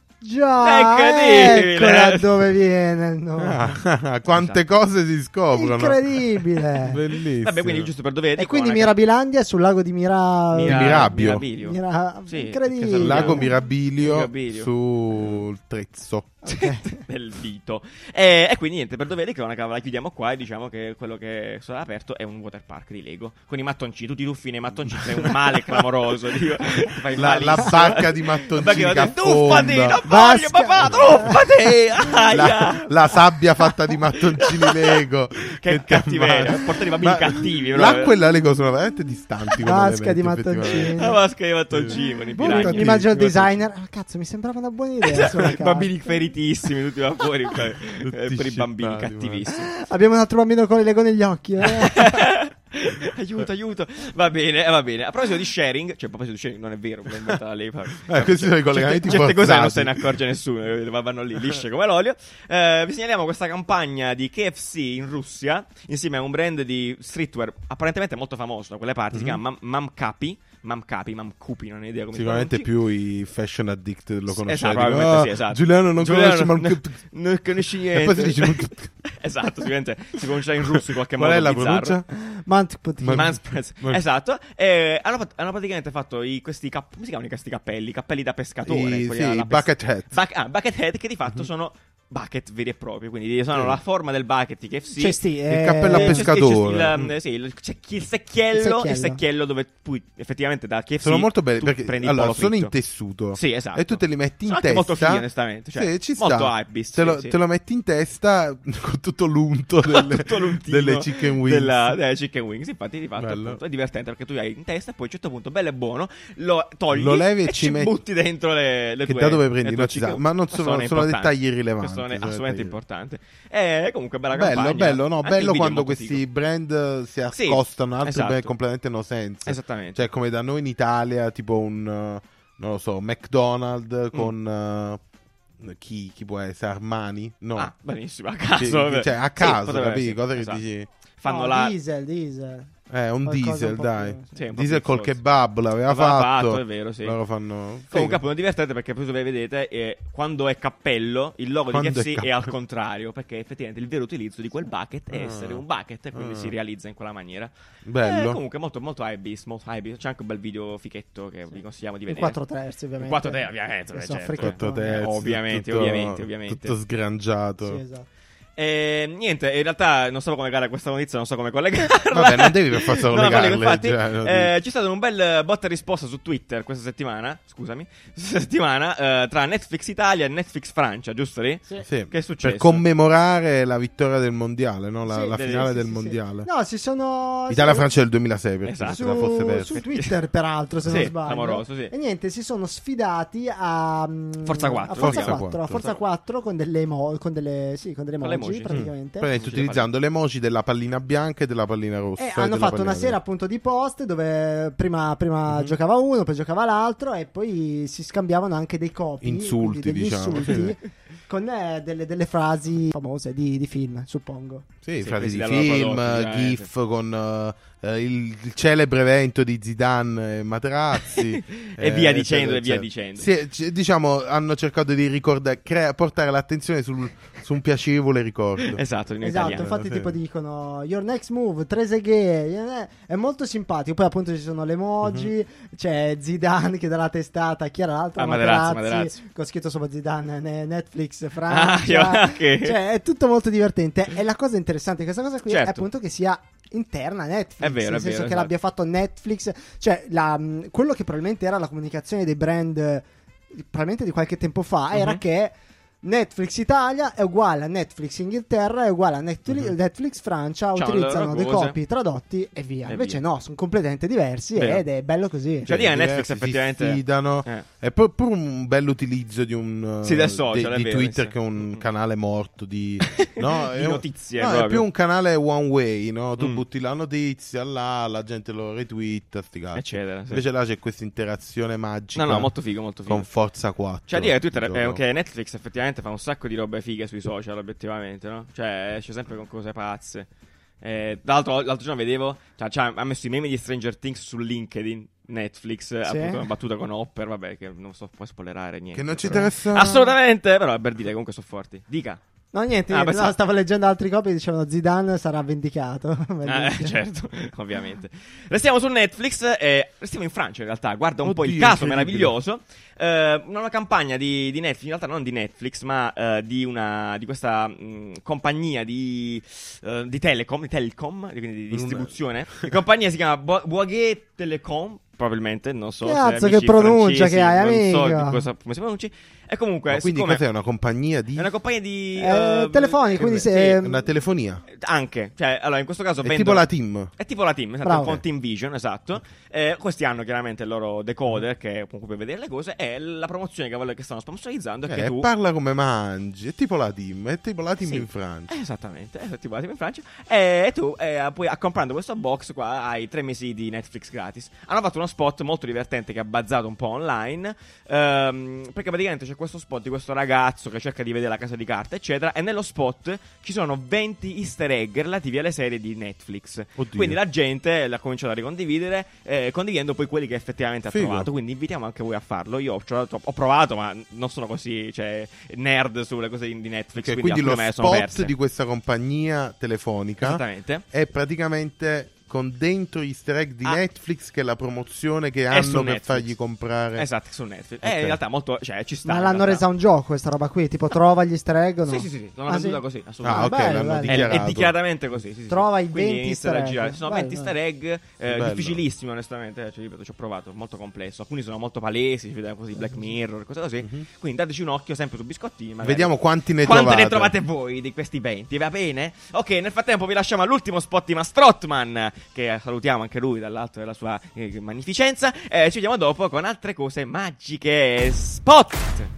Già,
Incredibile!
ecco da dove viene il nome.
Ah, quante cose si scoprono.
Incredibile.
Bellissimo.
Vabbè, quindi giusto per dovere di
E quindi
cronaca-
Mirabilandia è sul lago di Mira...
Mira-
Mirabio.
Mirabilio.
Mira-
Sì,
incredibile.
che salutiamo.
Lago Mirabilio,
Mirabilio.
sul Trezzo.
del dito. E, e quindi niente, per dovere di cronaca la chiudiamo qua e diciamo che quello che sarà aperto è un water park di Lego con i mattoncini, tutti tuffi nei mattoncini, sei un male clamoroso. Dico, fai
La, la
malissimo.
barca di
La
mattoncini
barca
che
di mattoncini, tuffati,
affonda.
non voglio
Vasca.
papà, tuffati! Aia!
La, la sabbia fatta di mattoncini Lego.
Che
ti
cattiveria,
ammazza.
portare i bambini
Ma
cattivi,
L'acqua
proprio.
e la Lego sono veramente distanti come
Vasca di
elementi,
mattoncini.
effettivamente.
La vasca di mattoncini con i
Boh,
piragni.
mi immagino il
Tutti-
designer. Ah, cazzo, mi sembrava una buona idea. sulla carta.
Bambini feritissimi, tutti là fuori eh,
Tutti
per i bambini
scippati,
cattivissimi.
Abbiamo un altro bambino con le Lego negli occhi. Eh?
Aiuto, aiuto. Va bene, eh, va bene. A proposito di sharing, cioè a proposito di sharing, non è vero, come inventa lei.
Eh, questi sono i collegamenti
Certe, certe cose non
forzati.
se ne accorge nessuno, eh, vanno lì lisce come l'olio. Eh, vi segnaliamo questa campagna di K F C in Russia, insieme a un brand di streetwear apparentemente molto famoso da quelle parti, si chiama Mam- Mamcapi. Mamcapi, Mamcupi, non ho idea come si
Sicuramente
pronunci.
più i fashion addicted lo conoscete.
Esatto,
Dico,
probabilmente
"Ah,
sì, esatto.
Giuliano non
Giuliano
conosce
non-
Malcup."
Non conosci niente.
E poi si dice Malcup.
Esatto, sicuramente si pronuncia in russo in qualche
Qual
modo
è la
bizzarro.
pronuncia?
Mantput.
Ma-
Manspread.
Ma-
Esatto. E hanno, hanno praticamente fatto i, questi cap- come si chiamano questi cappelli? Cappelli da pescatore.
I-
quelli
sì,
alla
i
pes-
bucket hat.
Buck- ah, bucket head che di fatto sono bucket veri e propri. Quindi sono
Sì.
la forma del bucket di K F C.
Cioè, sti,
Il
eh,
cappello a
Eh, c'è- c'è- c'è
pescatore.
il, um, sì, il, secchi- il secchiello,
Il secchiello.
il secchiello dove poi effettivamente da K F C
Sono molto belli
tu
perché
prendi il
allora,
polo
sono
fritto.
in tessuto.
Sì, esatto.
E tu te li metti in
Sono anche
testa.
molto fighi, onestamente. Cioè,
sì, ci
molto
sta.
hypebeast,
Te lo,
sì, sì.
te lo metti in testa con tutto l'unto delle,
Tutto l'untino
delle chicken wings.
della, delle chicken wings. Infatti, di fatto,
Bello.
appunto, è divertente perché tu hai in testa e poi a un certo punto, bello e buono, lo togli
Lo levi e
e
ci
ci
metti-
butti dentro le, le
Che
tue
da dove prendi?
le tue
Non si sa.
chicken-
Ma non sono- sono
importanti.
dettagli irrilevanti,
Questo è
sono
assolutamente
dettagli
importante. E comunque bella
Bello,
campagna.
bello, no,
Anche il
bello
video è
quando
molto
questi
figo.
brand si
Sì,
accostano a altri
esatto.
brand completamente no sense.
Esattamente.
Cioè, come da noi in Italia, tipo un, uh, non lo so, McDonald's con uh, chi, chi può essere? Armani? No.
Ah, benissimo, a
Che-
caso. vabbè.
cioè, a
Sì,
caso,
potrebbe
capi?
essere,
Cose che
esatto.
dici.
Fanno
no,
la...
diesel, diesel.
Eh, un
Qualcosa
diesel,
un po'
dai.
più-
Sì, un po'
Diesel
più
col
forte.
kebab l'aveva
L'aveva
fatto.
fatto, è vero, sì.
Loro fanno.
Comunque,
Figo.
appunto, divertente perché poi dove vedete è, quando è cappello, il logo
Quando
di K F C
è
è,
cappello.
al contrario, perché effettivamente il vero utilizzo di quel bucket è
Ah.
essere un bucket e quindi
Ah.
si realizza in quella maniera.
Bello.
Eh, comunque molto molto hypebeast, molto hypebeast. C'è anche un bel video fichetto che vi consigliamo di
In
vedere.
quattro terzi, ovviamente.
In quattro terzi, ovviamente,
Che
eh,
sono
certo.
fricchettoni.
Quattro terzi,
Ovviamente,
tutto-
ovviamente, ovviamente.
Tutto sgrangiato.
Sì, esatto.
E niente, in realtà non so come collegare questa notizia, non so come collegarla.
Vabbè, non devi per forza
No,
collegarle,
infatti,
cioè, non
eh,
devi.
c'è stato un bel botta e risposta su Twitter questa settimana, scusami, questa settimana eh, tra Netflix Italia e Netflix Francia, giusto lì?
Sì.
Sì,
Che è successo?
per commemorare la vittoria del mondiale, no? la,
Sì,
la
sì,
finale
sì,
del
sì,
mondiale.
sì. No, si sono
Italia-Francia del duemilasei, perché
Esatto.
se la fosse
su,
persa.
su Twitter, peraltro, se
Sì,
non sbaglio.
clamoroso, sì.
E niente, si sono sfidati a mm,
Forza quattro,
a Forza
Forza
quattro, a
quattro.
Forza quattro con delle emo- con delle sì, con delle
Con le
emoji,
emoji,
praticamente.
Praticamente utilizzando le emoji della pallina bianca e della pallina rossa.
E
e
hanno
della
fatto
pallina
una serie
nera.
appunto di post dove prima, prima
Mhm.
giocava uno, poi giocava l'altro e poi si scambiavano anche dei copy,
Insulti,
quindi degli
diciamo,
insulti
sì.
con eh, delle, delle frasi famose di, di film, suppongo.
Sì,
Sì,
frasi
questi
di
l'hanno
film,
prodotti, ovviamente.
gif con eh, il, il celebre evento di Zidane e Materazzi.
E via
eh,
dicendo,
eccetera,
e via
eccetera.
dicendo.
Sì, c- diciamo, hanno cercato di ricordare, crea- portare l'attenzione sul, su un piacevole ricordo.
Esatto, in
Esatto,
italiano.
infatti
sì.
tipo dicono your next move, Trezeguet, è molto simpatico. Poi appunto ci sono le emoji, c'è Zidane che dà la testata, chi era l'altro?
Ah, Materazzi,
Materazzi,
Materazzi.
con scritto sopra Zidane, ne- Netflix,
Ah,
Francia.
io- ok.
Cioè è tutto molto divertente. E la cosa interessante di questa cosa qui
Certo.
è appunto che sia interna a Netflix,
È vero,
nel
è
senso
vero,
che
esatto.
l'abbia fatto Netflix, cioè la, mh, quello che probabilmente era la comunicazione dei brand eh, probabilmente di qualche tempo fa era
Mhm.
che Netflix Italia è uguale a Netflix Inghilterra, è uguale a Netflix,
Mhm.
Netflix Francia,
C'hanno le
utilizzano
loro
dei
cose.
copy tradotti e via.
E
Invece
via.
no, sono completamente diversi
Vero.
ed è bello così.
Cioè, lì a Netflix
diversi,
effettivamente-
si sfidano.
Eh.
È pur, pur un bell'utilizzo di un
Sì, del
eh,
social,
di,
è
di
vero,
Twitter,
sì.
che è un canale morto di, no,
Di
è un-
notizie,
no, è
proprio.
più un canale one way, no? Tu
Mm.
butti la notizia là, la gente lo retweeta, sti cazzi.
Eccetera, sì.
Invece là c'è questa interazione magica
No, no, molto figo, molto figo.
con Forza quattro.
Cioè, dire Twitter è
Gioco.
che Netflix effettivamente fa un sacco di robe fighe sui social, obiettivamente, no? Cioè, esce sempre con cose pazze. Eh, tra l'altro, l'altro giorno vedevo, cioè, cioè, ha messo i meme di Stranger Things su LinkedIn. Netflix, appunto, una battuta con Hopper, vabbè, che non sto puoi spoilerare niente.
Che non ci
però-
interessa.
Assolutamente, però per dire, comunque sono forti. Dica.
No, niente,
Ah,
niente,
pensavo-
no, stavo leggendo altri copy e dicevano Zidane sarà vendicato.
Ah,
Bellissimo.
eh, certo, ovviamente. Restiamo su Netflix e restiamo in Francia in realtà. Guarda un po' il
Oddio,
caso
incredibile.
meraviglioso. Eh, una campagna di, di Netflix, in realtà non di Netflix, ma eh, di una di questa mh, compagnia di, eh, di Telecom, di Telecom, quindi di distribuzione. La compagnia si chiama Bo- Bouygues Telecom. Probabilmente, non so
Cazzo,
se
che
amici
pronuncia
francesi,
che hai,
non so
amico.
di cosa, come si pronunci. E comunque,
Ma quindi
siccome
cos'è, una compagnia di
è una compagnia di
Eh,
eh,
telefoni, quindi
sì,
se-
una telefonia?
anche, cioè, allora in questo caso
È
vendo-
tipo la team.
è tipo la team, esatto,
Bravo.
un po' un Team Vision, esatto. Eh, questi hanno chiaramente il loro decoder che con cui puoi vedere le cose e la promozione che, voglio- che stanno sponsorizzando è
Eh,
che tu
parla come mangi, è tipo la team, è tipo la team
Sì.
in Francia.
Eh, esattamente, è tipo la team in Francia e tu eh, puoi comprando questo box qua hai tre mesi di Netflix gratis. Hanno fatto uno spot molto divertente che ha bazzato un po' online ehm, perché praticamente c'è questo spot di questo ragazzo che cerca di vedere la casa di carta eccetera e nello spot ci sono venti easter egg relativi alle serie di Netflix.
Oddio.
Quindi la gente l'ha cominciato a ricondividere eh, condividendo poi quelli che effettivamente ha
Figo.
trovato. Quindi invitiamo anche voi a farlo. Io ho provato, ho provato ma non sono così cioè, nerd sulle cose di Netflix.
Ok,
quindi
quindi lo
alcune me le sono
spot
perse.
di questa compagnia telefonica
Esattamente.
è praticamente con dentro gli easter egg di
Ah.
Netflix che è la promozione che
È
hanno
su
per
Netflix.
fargli comprare.
Esatto, su Netflix.
Ok.
Eh, in realtà molto, cioè, ci sta.
Ma
in
l'hanno
realtà.
resa un gioco questa roba qui, tipo trova gli easter egg o no?
Sì, sì, sì, sì, l'hanno
Ah,
venduta
sì?
così,
Ah,
assolutamente.
ok,
bello,
l'hanno
bello.
È,
dichiarato.
è dichiaratamente così. Sì, sì,
Trova
sì.
i
Quindi
venti
inizia a
easter egg.
girare. Ci sono
Bello,
venti
bello.
easter egg, eh,
Bello.
difficilissimi, onestamente. Cioè, ripeto, ci ho provato, molto complesso. Alcuni sono molto palesi, si vede così Black Mirror, cose così. Quindi dateci un occhio sempre su biscottini. magari.
Vediamo quanti ne
Quante
trovate.
ne trovate voi di questi venti, va bene? Ok, nel frattempo vi lasciamo all'ultimo spot di Mastrotman, che salutiamo anche lui dall'alto della sua eh, magnificenza. Eh, ci vediamo dopo con altre cose magiche. Spot!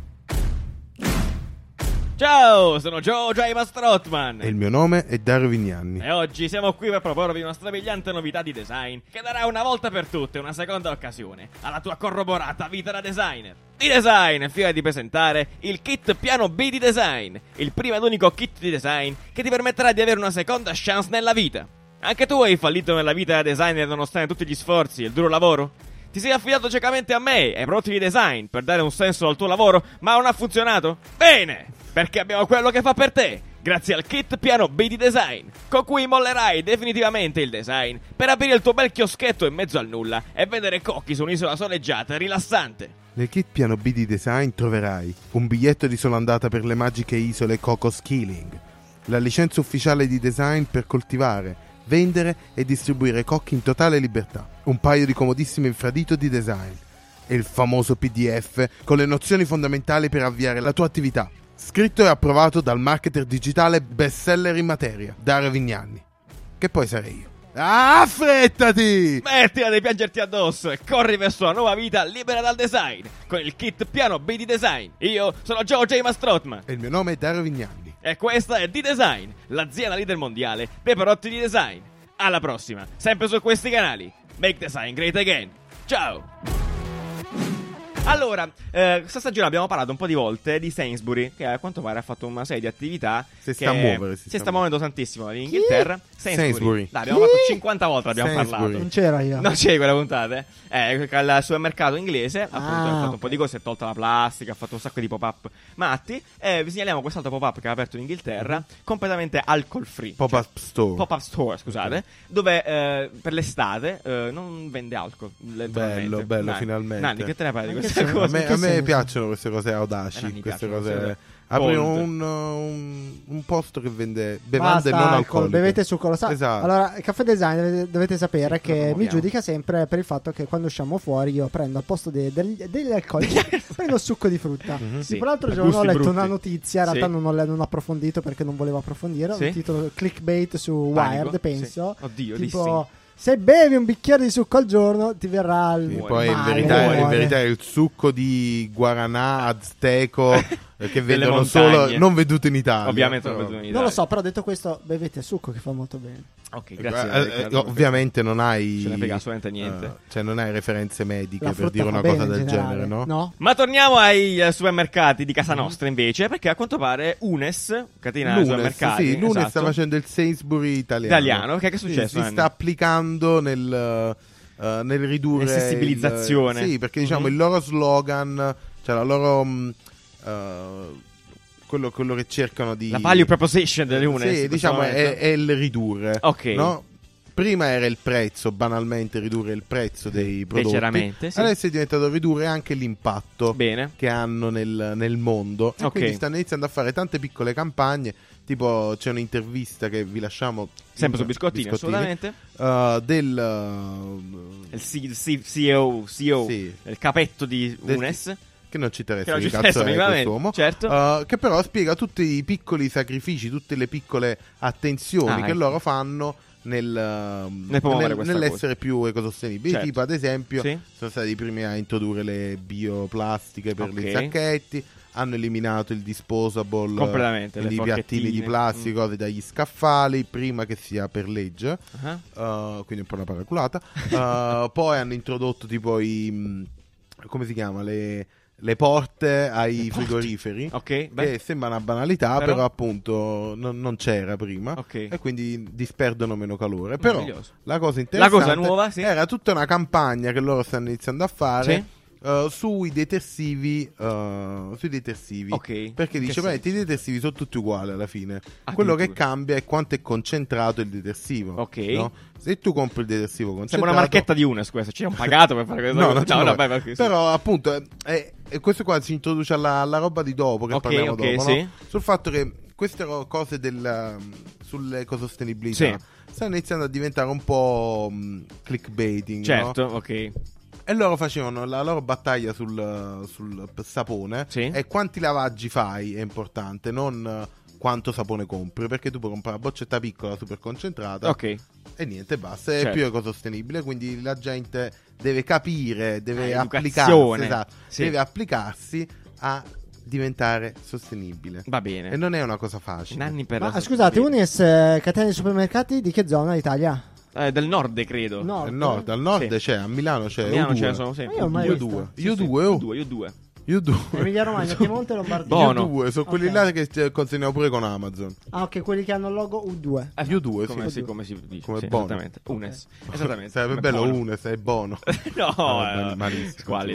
Ciao, sono Joe J. Mastrotman.
E il mio nome è Dario Vignanni.
E oggi siamo qui per proporvi una strabiliante novità di design che darà una volta per tutte una seconda occasione alla tua corroborata vita da designer. D-Design è fiera di presentare il kit piano B di design, il primo ed unico kit di design che ti permetterà di avere una seconda chance nella vita. Anche tu hai fallito nella vita da designer nonostante tutti gli sforzi e il duro lavoro? Ti sei affidato ciecamente a me e ai prodotti di design per dare un senso al tuo lavoro, ma non ha funzionato? Bene! Perché abbiamo quello che fa per te! Grazie al kit piano B di design, con cui mollerai definitivamente il design per aprire il tuo bel chioschetto in mezzo al nulla e vedere cocchi su un'isola soleggiata e rilassante.
Nel kit piano B di design troverai un biglietto di sola andata per le magiche isole Cocos Keeling, la licenza ufficiale di design per coltivare, vendere e distribuire cocchi in totale libertà, un paio di comodissime infradito di design e il famoso P D F con le nozioni fondamentali per avviare la tua attività, scritto e approvato dal marketer digitale bestseller in materia, Dario Vignanni, che poi sarei io. Affrettati!
Smettila di piangerti addosso e corri verso una nuova vita libera dal design con il kit piano B di Design. Io sono Joe J. Mastrotman
E il mio nome è Dario Vignanni.
e questa è D-Design, l'azienda leader mondiale dei prodotti di design. Alla prossima, sempre su questi canali. Make design great again. Ciao! Allora, eh, questa stagione abbiamo parlato un po' di volte di Sainsbury, che a quanto pare ha fatto una serie di attività
Si
che
sta a muovere, si
si
sta
sta
a
muovendo tantissimo in Inghilterra. Sainsbury.
Sainsbury.
Dai, abbiamo
Chi?
fatto cinquanta volte, l'abbiamo
Sainsbury.
parlato.
Non c'ero io.
Non c'è quella puntata, eh. Eh, al supermercato inglese, appunto,
Ah,
ha fatto un
ok.
po' di cose, ha tolto la plastica, ha fatto un sacco di pop-up matti. E vi segnaliamo quest'altro pop-up che ha aperto in Inghilterra, completamente alcohol free.
Pop-up
Cioè,
store.
pop-up store, scusate, dove eh, per l'estate eh, non vende alcol. letteralmente.
Bello, bello,
Nanni,
finalmente.
Nanni, che te ne pare di
Anche
questa
se-
A
cosa?
me,
In che
a me
senso?
piacciono queste cose
Eh,
audaci,
non mi
queste
piacciono,
cose.
queste-
Apri
bold.
un, un, un posto che vende bevande
Basta,
non
alcol,
alcoliche.
bevete succo, lo sa.
Esatto.
Allora, il Caffè Design dovete, dovete sapere che
Lo
mi
promuoviamo.
giudica sempre per il fatto che quando usciamo fuori io prendo al posto de- del- degli alcolici prendo il succo di frutta.
Sì,
Tipo l'altro
a
giorno ho
gusti
letto
brutti.
una notizia, in realtà
Sì.
non, ho, non ho approfondito perché non volevo approfondire,
Sì.
un titolo clickbait su
Panico,
Wired, penso.
sì. Oddio,
tipo se bevi un bicchiere di succo al giorno ti verrà il
Sì,
Muore.
poi in
male,
verità, in
muore.
verità è il succo di guaranà azteco eh, che
Delle
vendono
montagne.
solo non veduto in Italia.
Ovviamente
Però-
non vedo in
Non lo
Italia.
so, però detto questo, bevete il succo che fa molto bene.
Ok,
Eh,
grazie.
eh,
Riccardo,
eh,
per
ovviamente non hai
Ce ne frega assolutamente niente.
eh, cioè non hai referenze mediche
La
per
frutta
dire
fa
una
bene
cosa
in
del
generale.
genere, no?
No?
Ma torniamo ai eh, supermercati di casa nostra invece, perché a quanto pare Unes, catena di
Lunes,
supermercati,
sì, Lunes
esatto,
sta facendo il Sainsbury italiano.
italiano, che, che è
Sì,
successo?
si
Nanni?
sta applicando nel, eh, nel ridurre
Nel sensibilizzazione.
il- sì, perché diciamo
Mhm.
il loro slogan, cioè la loro mh, eh, quello, quello che cercano di
La value proposition delle Unes.
sì,
in questo
diciamo è,
momento.
è il ridurre.
Ok.
No? Prima era il prezzo, banalmente ridurre il prezzo dei prodotti.
Leggeramente, sì.
Adesso è diventato ridurre anche l'impatto
Bene.
che hanno nel, nel mondo. E
Ok.
quindi stanno iniziando a fare tante piccole campagne. Tipo c'è un'intervista che vi lasciamo
Sempre su biscottini, assolutamente.
uh, del uh,
Il, C- il C- CEO, C E O,
Sì.
il capetto di
Del-
Unes.
che non ci interessa
Che non
che
ci
cazzo
interessa
è
minimamente,
quest'uomo,
certo.
uh, che però spiega tutti i piccoli sacrifici, tutte le piccole attenzioni
Ah,
che
ecco.
loro fanno nel, uh,
Nel promuovere
nel-
questa
nell'essere più ecosostenibili.
Certo.
Tipo ad esempio
Sì.
sono stati i primi a introdurre le bioplastiche per
Ok.
i sacchetti, hanno eliminato il disposable,
Completamente,
quindi
le
i piattini di
forchettine.
plastica, cose dagli scaffali, prima che sia per legge.
Ah.
Uh, quindi un po' una paraculata. Uh, poi hanno introdotto tipo i mh, come si chiama? Le, le porte ai
porte?
frigoriferi.
Ok, beh.
Che sembra una banalità,
Però-
però, appunto non, non c'era prima.
Ok.
E quindi disperdono meno calore. Però
Meraviglioso.
la cosa
La
interessante
cosa nuova, sì.
era tutta una campagna che loro stanno iniziando a fare.
Sì.
uh, sui detersivi uh, sui detersivi
Ok.
perché
In che
dice
senso?
"Beh, i detersivi sono tutti uguali alla fine,
Ah,
quello che
addirittura.
cambia è quanto è concentrato il detersivo,
Ok.
no? Se tu compri il detersivo concentrato
Sembra una marchetta di Unes questa. Ci hanno pagato per fare questa
no,
cosa.
non ci vuole.
vabbè, perché sì.
Però appunto è, è- è questo qua si introduce alla, alla roba di dopo che
Ok,
parliamo
ok,
dopo,
sì.
no? Sul fatto che queste ro- cose del, um, sull'ecosostenibilità
Sì.
stanno iniziando a diventare un po' um, clickbaiting,
Certo,
no?
ok.
E loro facevano la loro battaglia sul, sul sapone.
Sì.
E quanti lavaggi fai è importante, non eh, quanto sapone compri. Perché tu puoi comprare una boccetta piccola super concentrata
Ok.
e niente, basta. È
Certo.
più ecosostenibile. Quindi la gente deve capire, deve
Ah,
applicarsi,
educazione.
esatto,
Sì.
deve applicarsi a diventare sostenibile.
Va bene.
E non è una cosa facile.
Nanni per
Ma
la
scusate,
sostenibilità.
Unis, eh, catena di supermercati di che zona d'Italia?
Eh, del nord, credo.
No.
Al nord, al nord
Sì.
c'è, a Milano c'è
A Milano
U due.
ce ne sono, sì.
Ma io ormai
Io
ho visto.
due.
Sì,
Io
sì.
due,
Io
oh.
due, io due.
Io due.
Emilia Romagna, Piemonte e Lombardia.
Buono.
Io due, sono quelli
Ok.
là che eh, consegniamo pure con Amazon.
Ah, ok, quelli che hanno il logo U due.
Eh,
Io due,
come
sì.
si, come si dice?
Come
sì,
buono.
esattamente. Unes. Esattamente.
Sarebbe
Come
bello
buono.
Unes, è buono.
No,
Ah,
eh,
malissimo,
squallido,
non si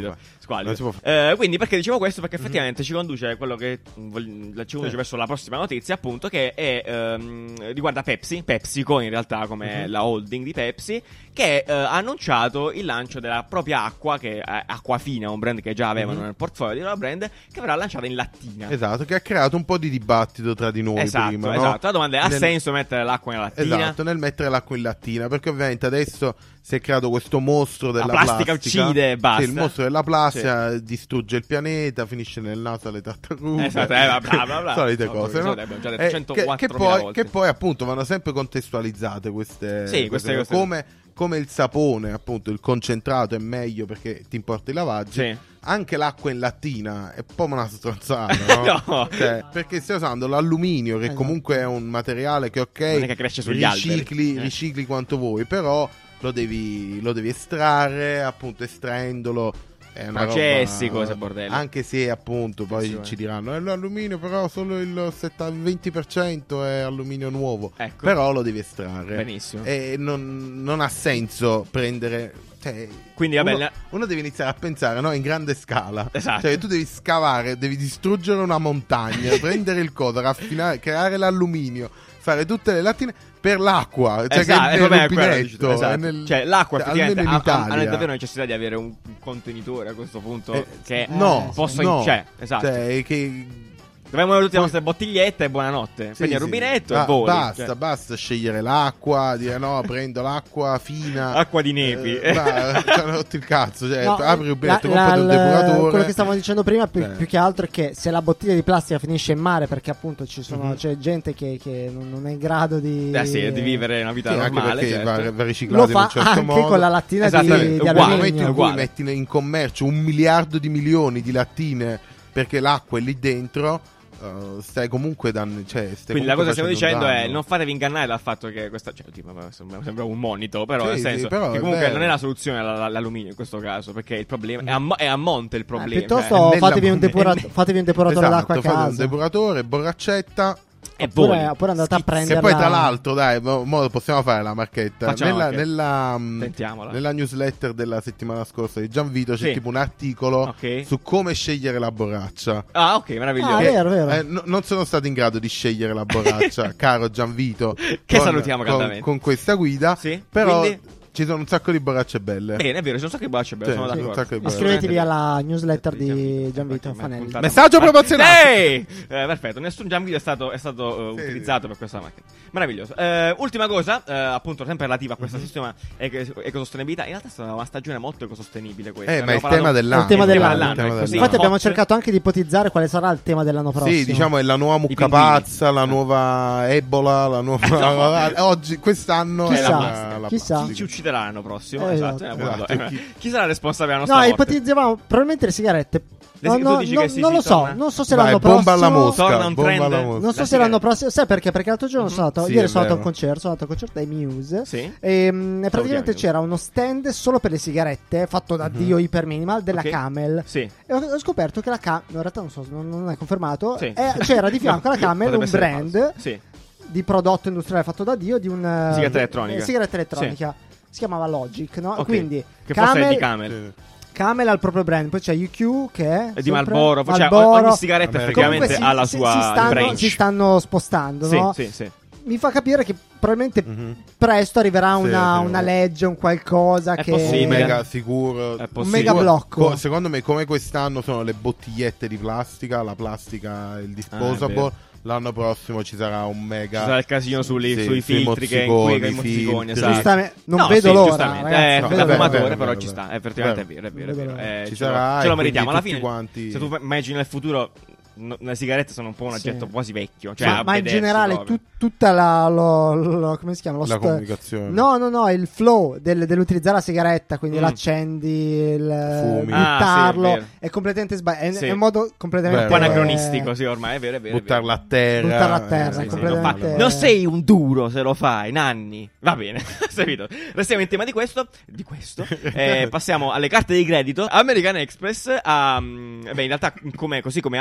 Squallida.
Non si può fare.
Eh, quindi perché dicevo questo? Perché effettivamente ci conduce quello che vog- ci conduce verso la prossima notizia, appunto, che è ehm, riguarda Pepsi, PepsiCo in realtà, come
Mhm.
la holding di Pepsi, che eh, ha annunciato il lancio della propria acqua, che è Acquafina, un brand che già avevano
Mhm.
nel portfolio di loro brand, che verrà lanciata in lattina.
Esatto, che ha creato un po' di dibattito tra di noi
Esatto,
prima, no?
esatto. La domanda è: ha
Nel-
senso mettere l'acqua in lattina?
Esatto, nel mettere l'acqua in lattina, perché ovviamente adesso si è creato questo mostro della
La plastica uccide e basta.
Sì, il mostro della plastica distrugge il pianeta, finisce nel naso alle tartarughe.
Esatto, eh, bla, bla, bla, bla.
Solite
No,
cose, no?
abbiamo già detto
Eh, che,
centoquattromila
che poi,
volte.
che poi appunto vanno sempre contestualizzate queste,
Sì, queste
cose,
cose.
come, come il sapone, appunto, il concentrato è meglio perché ti importa i lavaggi.
Sì.
Anche l'acqua in lattina è proprio una stronzata, no?
No.
Cioè, perché stai usando l'alluminio, che
Esatto.
comunque è un materiale che, ok,
Non è che cresce sugli
ricicli,
alberi. Eh.
ricicli quanto vuoi, però lo devi, lo devi estrarre, appunto, estraendolo. È una
Processi,
roba-
cose, bordelli.
Anche se, appunto, poi
Attenzione.
ci diranno: eh, l'alluminio, però, solo il settanta venti per cento è alluminio nuovo.
Ecco.
Però lo devi estrarre.
Benissimo.
E non, non ha senso prendere. Cioè,
Quindi, vabbè,
uno,
la-
uno deve iniziare a pensare, no, in grande scala.
Esatto.
Cioè, tu devi scavare, devi distruggere una montagna, prendere il codo, raffinare, creare l'alluminio, fare tutte le lattine per l'acqua. Cioè,
Esatto,
che
è
è
proprio
nel
quello,
rubinetto.
dici tu, esatto.
è nel-
Cioè, l'acqua
cioè,
effettivamente
almeno in
ha, ha-
Italia.
hanno davvero necessità di avere un contenitore a questo punto.
Eh,
che
no,
possa
no.
cioè, esatto.
Cioè, che
Dobbiamo tutte le nostre bottigliette e buonanotte.
Sì,
Prendi il
sì.
rubinetto
Ba-
e voli.
Basta,
Cioè,
basta scegliere l'acqua, dire no, prendo l'acqua fina.
acqua di nepi.
Eh, ma, ci hanno rotto il cazzo. Cioè,
No,
apri il rubinetto,
la-
compra
la-
un
la-
depuratore.
Quello che stavamo dicendo prima, più,
Eh.
più che altro, è che se la bottiglia di plastica finisce in mare, perché appunto ci sono,
Mhm.
c'è gente che, che non, non è in grado di.
Eh sì, di vivere una vita
Sì, anche
normale.
perché
certo.
va, va riciclato
Lo
in un
fa
certo
anche
modo.
con la lattina di,
Esattamente,
di
uguale.
Nel momento in
alluminio.
cui
uguale.
metti in commercio un miliardo di milioni di lattine perché l'acqua è lì dentro, uh, stai comunque dan- cioè, stai
Quindi la cosa
comunque
che stiamo
facendo
dicendo
un
è:
danno.
non fatevi ingannare dal fatto che questa. Cioè, tipo, vabbè, sembra sembra un monito, però
Sì,
nel
sì,
senso
però
che
è
comunque
vero.
non è la soluzione l- l'alluminio in questo caso. Perché il problema è a, mo- è a monte il
Eh,
problema.
piuttosto
cioè,
nella-
fatevi, un depura-
nel-
fatevi un depuratore
Esatto,
d'acqua a
fate
casa.
un depuratore, borraccetta.
e
Oppure,
voli.
oppure andate a
Schizzi.
prendere.
Che poi tra l'altro, dai, mo, mo possiamo fare la marchetta.
Facciamo
Nella,
anche.
nella, mh,
Tentiamola.
nella newsletter della settimana scorsa di Gianvito c'è
Sì.
tipo un articolo
Ok.
su come scegliere la borraccia.
Ah, ok, meraviglioso.
Ah, vero, vero.
Eh, no- non sono stato in grado di scegliere la borraccia, caro Gianvito.
Che salutiamo
con,
caldamente.
con questa guida.
Sì,
Però
quindi-
ci sono un sacco di borracce belle.
Bene, è vero, ci sono un sacco di braccia belle,
Sì,
sono
sì,
d'accordo.
un sacco di braccia.
Iscrivetevi
Assolutamente.
alla newsletter di Gianvito
Infatti,
Fanelli.
puntata-
Messaggio promozionale.
Ehi! Eh, perfetto, nessun Gianvito è stato, è stato eh,
Sì,
utilizzato per questa macchina. Meraviglioso. Eh, ultima cosa, eh, appunto, sempre relativa a
Mhm.
questo sistema eco- ecosostenibilità. In realtà è stata una stagione molto ecosostenibile questa.
Eh, ma è
Abbiamo
il
parlato-
tema dell'anno.
È il tema
Il tema
dell'anno,
dell'anno,
Il tema
è così.
dell'anno.
Infatti abbiamo
Hot.
cercato anche di ipotizzare quale sarà il tema dell'anno prossimo.
Sì, diciamo è la nuova mucca
pinguini.
pazza, la nuova Ebola, la nuova. Oggi, quest'anno
Chissà,
è la, la
chissà.
plastica.
Chi ci ucciderà l'anno prossimo?
Eh,
esatto.
esatto.
eh, buono.
Esatto.
Eh, chi sarà responsabile della
No,
nostra morte?
ipotizzavamo probabilmente le sigarette.
Le
No,
sig-
no,
tu dici
no,
che sì,
non
sì,
lo so,
torna?
non so se
Vai,
l'anno
bomba
prossimo.
alla mosca.
Torna un
bomba
trend?
alla
Non
mosca.
so
La
se l'anno
sigaretta.
prossimo. Sai perché? Perché l'altro giorno sono andato.
Sì,
ieri
è
sono andato a un
vero.
concerto. Sono andato a un concerto dai Muse.
Sì.
E mh, praticamente
Salutiamo.
c'era uno stand solo per le sigarette, fatto da Dio Iper Minimal della
Ok.
Camel.
Sì.
E ho, ho scoperto che la Camel, in realtà non so, non, non è confermato.
Sì.
e c'era di fianco alla Camel
Potrebbe
un
essere
brand
falso. Sì.
di prodotto industriale fatto da Dio di un eh,
Sigaretta elettronica.
eh, sigaretta elettronica. Si chiamava Logic, no?
Ok.
Quindi
Che forse è
Camel,
di Camel.
Sì.
Camel ha il proprio brand, poi c'è U Q che è
E di
sempre-
Marlboro. Cioè,
Marlboro.
ogni sigaretta
Americano.
effettivamente
Comunque
ha
si-
la
si-
sua
si stanno,
range.
si stanno spostando,
Sì,
no?
sì, sì.
Mi fa capire che probabilmente
Mhm.
presto arriverà
Sì,
una,
sì.
una legge, un qualcosa
È
che
possibile.
Mega sicuro.
È
un
possibile.
mega blocco.
Co- secondo me, come quest'anno sono le bottigliette di plastica, la plastica, il
Ah, è
disposable.
vero.
L'anno prossimo ci sarà un mega.
Ci sarà il casino sugli-
Sì,
sui
sui
filtri che
mozziconi,
con i mozziconi,
filtri.
esatto.
Giustamente, non
No,
vedo
sì,
l'ora,
giustamente.
ragazzi,
Eh,
non
è
vedo l'ora.
fumatore,
Vero,
però
vero,
ci
vero.
sta. Effettivamente è
Vero.
vero, è vero. È
Vedo
vero.
l'ora.
Eh,
Ci
ce lo-
sarà,
ce lo
e
meritiamo.
quindi
Alla
tutti
fine,
quanti-
se tu immagini nel futuro, no, le sigarette sono un po' un
Sì.
oggetto quasi vecchio. Cioè,
ma,
a
ma in
vedersi
generale
proprio.
tu- tutta la lo, lo- come si chiama? Lo
La
st-
comunicazione.
No, no, no, il flow del- dell'utilizzare la sigaretta, quindi
Mm.
l'accendi, il
Fumi.
buttarlo,
Ah, sì, è vero.
è completamente sbagliato. È,
Sì.
è un modo completamente
Vero.
Un po' anacronistico, sì, ormai è vero, è vero. è vero.
Buttarla a terra.
Buttarla a terra,
eh, sì, sì,
completamente-
non fa-
Non sei un duro se lo fai, Nanni. Va bene, capito. Restiamo in tema di questo. Di questo. Eh, passiamo alle carte di credito. American Express ha, mm, beh, in realtà, come, così come altre molte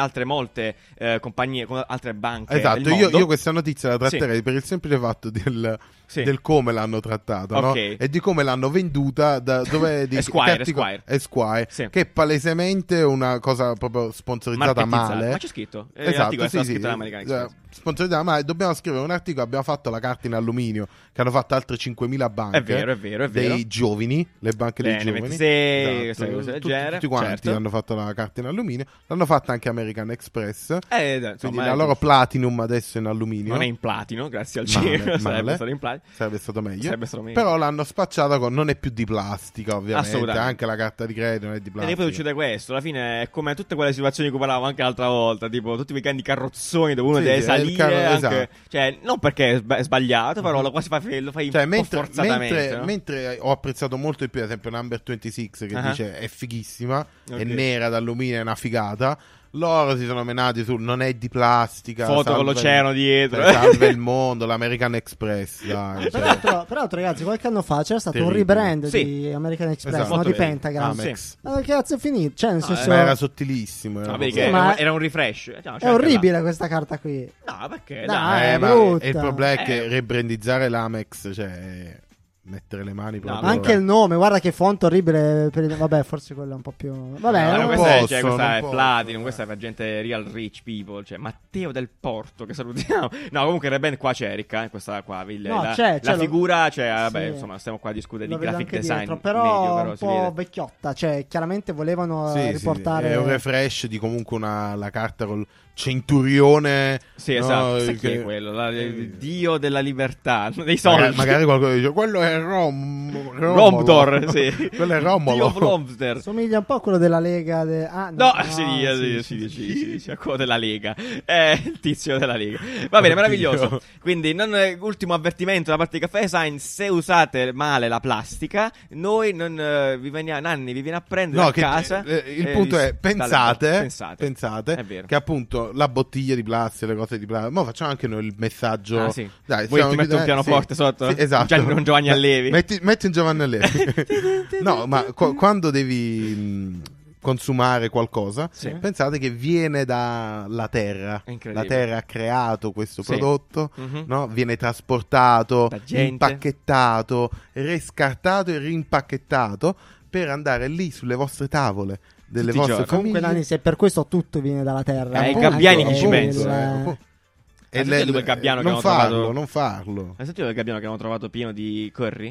molte eh, compagnie, con altre banche
Esatto,
del
io,
mondo.
io questa notizia la tratterei
Sì.
per il semplice fatto del,
Sì.
del come l'hanno trattata, no?
Ok.
E di come l'hanno venduta da dove di
Esquire,
che artico-
Esquire.
Esquire,
Sì.
che è palesemente una cosa proprio sponsorizzata
Marketizzata.
male.
Ma c'è scritto? Eh,
Esatto,
l'articolo è
sì,
stato
sì,
scritto da American
eh,
Express.
sponsorizzata male. Dobbiamo scrivere un articolo. Abbiamo fatto la carta in alluminio che hanno fatto altre cinquemila banche.
È vero, è vero, è vero.
Dei giovani, le banche dei
Bene,
giovani.
ventisei, queste cose del
tutti,
genere,
tutti quanti
certo.
hanno fatto la carta in alluminio. L'hanno fatta anche American Express.
Eh,
Quindi
insomma,
la
è
loro
giusto.
Platinum adesso è in alluminio.
Non è in platino, grazie al
Male,
cielo. Sarebbe
male.
stato in platino.
Sarebbe stato meglio.
Sarebbe stato meglio.
Però l'hanno spacciata con non è più di plastica, ovviamente.
Assolutamente.
Anche la carta di credito non è di
E
plastica.
poi succede questo, alla fine è come tutte quelle situazioni di cui parlavamo anche l'altra volta, tipo tutti quei grandi carrozzoni dove uno
Sì,
deve
sì, è il
salire,
carro-
anche,
esatto.
cioè non perché è sba- è sbagliato, però lo quasi fai, lo fai
Cioè,
un po'
mentre,
forzatamente,
mentre,
no?
mentre ho apprezzato molto di più, ad esempio, Number ventisei che
Ah.
dice è fighissima,
Ok.
è nera d'alluminio, è una figata. Loro si sono menati sul non è di plastica.
Foto
salva
con l'oceano
il,
dietro.
salva il mondo, l'American Express. Dai, cioè.
Peraltro, peraltro, ragazzi, qualche anno fa c'era stato
Terribile.
un rebrand
Sì.
di American Express,
Esatto.
no?
Molto
Di
bello.
Pentagram.
Amex.
Ma che cazzo è finito? Cioè, nel
No,
senso,
eh,
Ma era sottilissimo. Era
No, vedi
proprio-
che
Sì, ma-
era, era un refresh. No, c'è
è
anche
orribile questa carta qui.
là. No, perché?
Dai,
Dai.
è
Eh, ma
brutta.
e il problema è
Eh.
che rebrandizzare l'Amex, cioè mettere le mani proprio.
ma
Anche il nome, guarda che font orribile. Per il- Vabbè, forse quello è un po' più. Vabbè,
No,
no,
no,
non
questa, è,
posso,
cioè, questa
non
è
posso.
Platinum, questa è per gente real rich people, cioè Matteo del Porto, che salutiamo. No, comunque il rebrand qua c'è, Ricca, eh, questa qua, il-
No,
la,
c'è,
la
c'è, lo-
figura, cioè, vabbè,
Sì.
insomma, stiamo qua a discutere
lo
di
vedo
graphic
anche
design
dietro, però
medio, però
un
si
po'
vede.
vecchiotta. Cioè, chiaramente volevano
Sì,
eh,
sì,
riportare.
è un refresh di comunque una, la carta col centurione.
Sì,
no,
esatto, sai chi
che-
è quello? La- il dio della libertà, dei soldi.
Magari, magari qualcuno dice quello è Rom
Romdor, sì.
Quello è Romolo.
Dio Romster.
Somiglia un po' a quello della Lega. de- Ah,
No,
no,
si
no,
dice,
sì,
si dice,
sì,
si dice,
sì.
si dice, a quello della Lega. È il tizio della Lega. Va bene,
Oddio.
meraviglioso. Quindi, non, eh, ultimo avvertimento da parte di Caffè Design: se usate male la plastica, noi non eh, vi veniamo, Nanni vi viene a prendere
No,
a
che,
casa.
eh, il
e
punto
vi-
è pensate,
dalle- pensate.
pensate
È vero.
che appunto la bottiglia di plastica, le cose di plastica. Ma facciamo anche noi il messaggio.
Ah, sì.
Dai,
Vuoi
stiamo
ti metto un
chiudendo-
pianoforte
sì,
sotto?
sì, esatto.
Gian- un Giovanni
Beh,
Allevi.
Metti, metti un Giovanni Allevi. No, ma qu- quando devi mh, consumare qualcosa,
Sì.
pensate che viene dalla terra.
È incredibile.
La terra ha creato questo
Sì.
prodotto,
Mhm.
no? Viene trasportato,
Da gente.
impacchettato, riscartato e rimpacchettato per andare lì sulle vostre tavole delle
Tutti i
vostre
giorni.
famiglie.
Comunque, Nani, se per questo tutto viene dalla terra.
Eh, i
Anche
gabbiani
il-
chi ci pensa?
il-
E
Hai sentito di quel gabbiano che
non
hanno
farlo,
trovato?
non farlo.
Hai sentito del gabbiano che hanno trovato pieno di curry?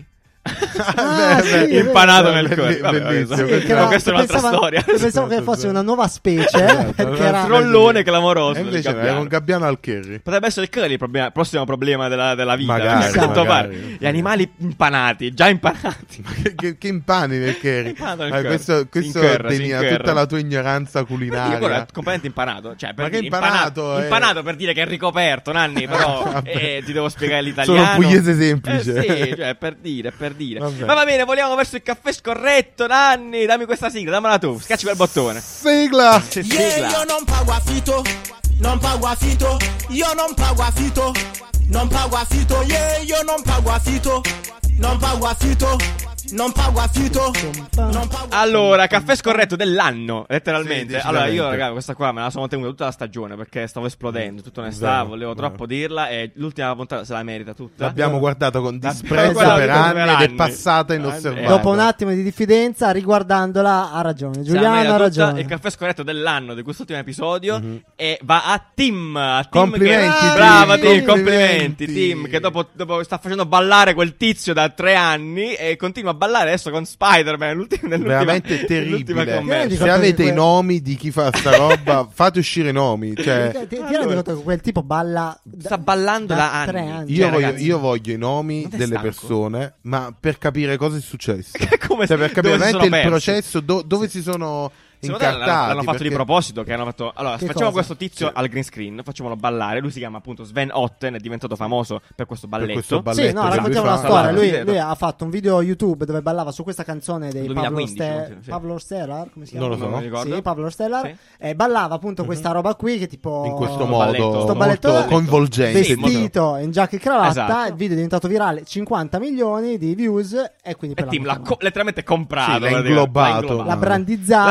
Ah, sì, è vero.
Impanato nel
Belli-
curry. Vabbè,
bellissimo.
vabbè,
Sì,
che
no,
era-
questa è un'altra
pensavo-
storia.
Pensavo che fosse una nuova specie.
Esatto.
perché era...
Trollone clamoroso.
E
del
invece era
gabbiano.
un gabbiano al curry.
Potrebbe essere il curry il problema- prossimo problema della, della vita.
Magari,
perché a quanto
magari.
pare gli animali impanati, già impanati.
che, che, che impani nel curry.
Impanato nel
Ma
curry.
questo questo
In curry, sì,
delinea
in curry.
tutta la tua ignoranza
Io
culinaria.
quello è completamente impanato. Cioè, per
Ma che
dire,
impanato, eh?
impanato per dire che è ricoperto, Nanni. Però
Vabbè.
eh, ti devo spiegare l'italiano.
Sono pugliese semplice.
Eh sì, cioè, per dire, per dire.
Vabbè.
Ma va bene, vogliamo verso il caffè scorretto, Nanni. Dammi questa sigla, dammela tu. Scacci quel bottone.
Sigla!
Se
Yeah,
sigla.
io non pago affitto, non pago affitto, io non pago affitto, non pago affitto, yeah, io non pago affitto, non pago affitto, non pago affitto, non pago
Allora, caffè scorretto dell'anno, letteralmente.
Sì,
allora, io,
decisamente.
raga, questa qua me la sono tenuta tutta la stagione perché stavo esplodendo. Tutta onestà,
Vero,
volevo
vero.
troppo dirla. E l'ultima puntata se la merita tutta.
L'abbiamo guardata con
L'abbiamo
disprezzo
guardata
per
per
anni ed è
anni.
passata
Anni.
inosservata.
Dopo un attimo di diffidenza, riguardandola, ha ragione.
Se la
Giuliano
merita
ha
tutta,
ragione.
il caffè scorretto dell'anno di quest'ultimo episodio e va a Tim. A Tim
Complimenti,
che...
Tim.
Brava Tim,
Complimenti.
complimenti Tim, che dopo, dopo sta facendo ballare quel tizio da tre anni e continua a ballare adesso con Spider-Man l'ultimo, nell'ultima,
Veramente
nell'ultima
terribile.
commercial.
Ti
Se
rendi
avete
conto
i
che-
nomi di chi fa sta roba, fate uscire i nomi. Cioè,
Ti, ti, ti
Allora.
rendi conto che quel tipo balla da-
Sta ballando da anni.
tre anni.
io,
Cioè,
voglio,
ragazzi,
io voglio i nomi
Non è
delle
stanco?
persone, ma per capire cosa è successo.
Come
Cioè, per capire
dove si
veramente
sono
il
persi.
processo, do- dove si sono
Secondo me l'hanno,
incartati.
l'hanno fatto di
perché-
proposito. Che hanno fatto. Allora,
Che
facciamo
cosa?
questo tizio al green screen, facciamolo ballare. Lui si chiama appunto Sven Otten, è diventato famoso per questo balletto.
questo balletto.
Sì, no,
che lui
raccontiamo
fa.
una storia. Lui,
Sì,
lui ha fatto un video YouTube dove ballava su questa canzone dei Pablo,
duemilaquindici,
Ste-
sì.
Pablo Stellar, come si chiama?
Non lo so.
Non mi ricordo.
Sì, Pablo Stellar.
Sì.
E ballava appunto questa roba qui che tipo
in questo
Sto
modo
balletto.
Sto balletto
molto coinvolgente.
Sì,
vestito in giacca e cravatta.
Esatto.
Il video è diventato virale, cinquanta milioni di views e quindi
E
poi
Tim
l'hanno
l'ha co- letteralmente comprato.
Sì, l'ha
praticamente.
inglobato.
L'ha inglobato.
L'ha brandizzato.
L'ha fatto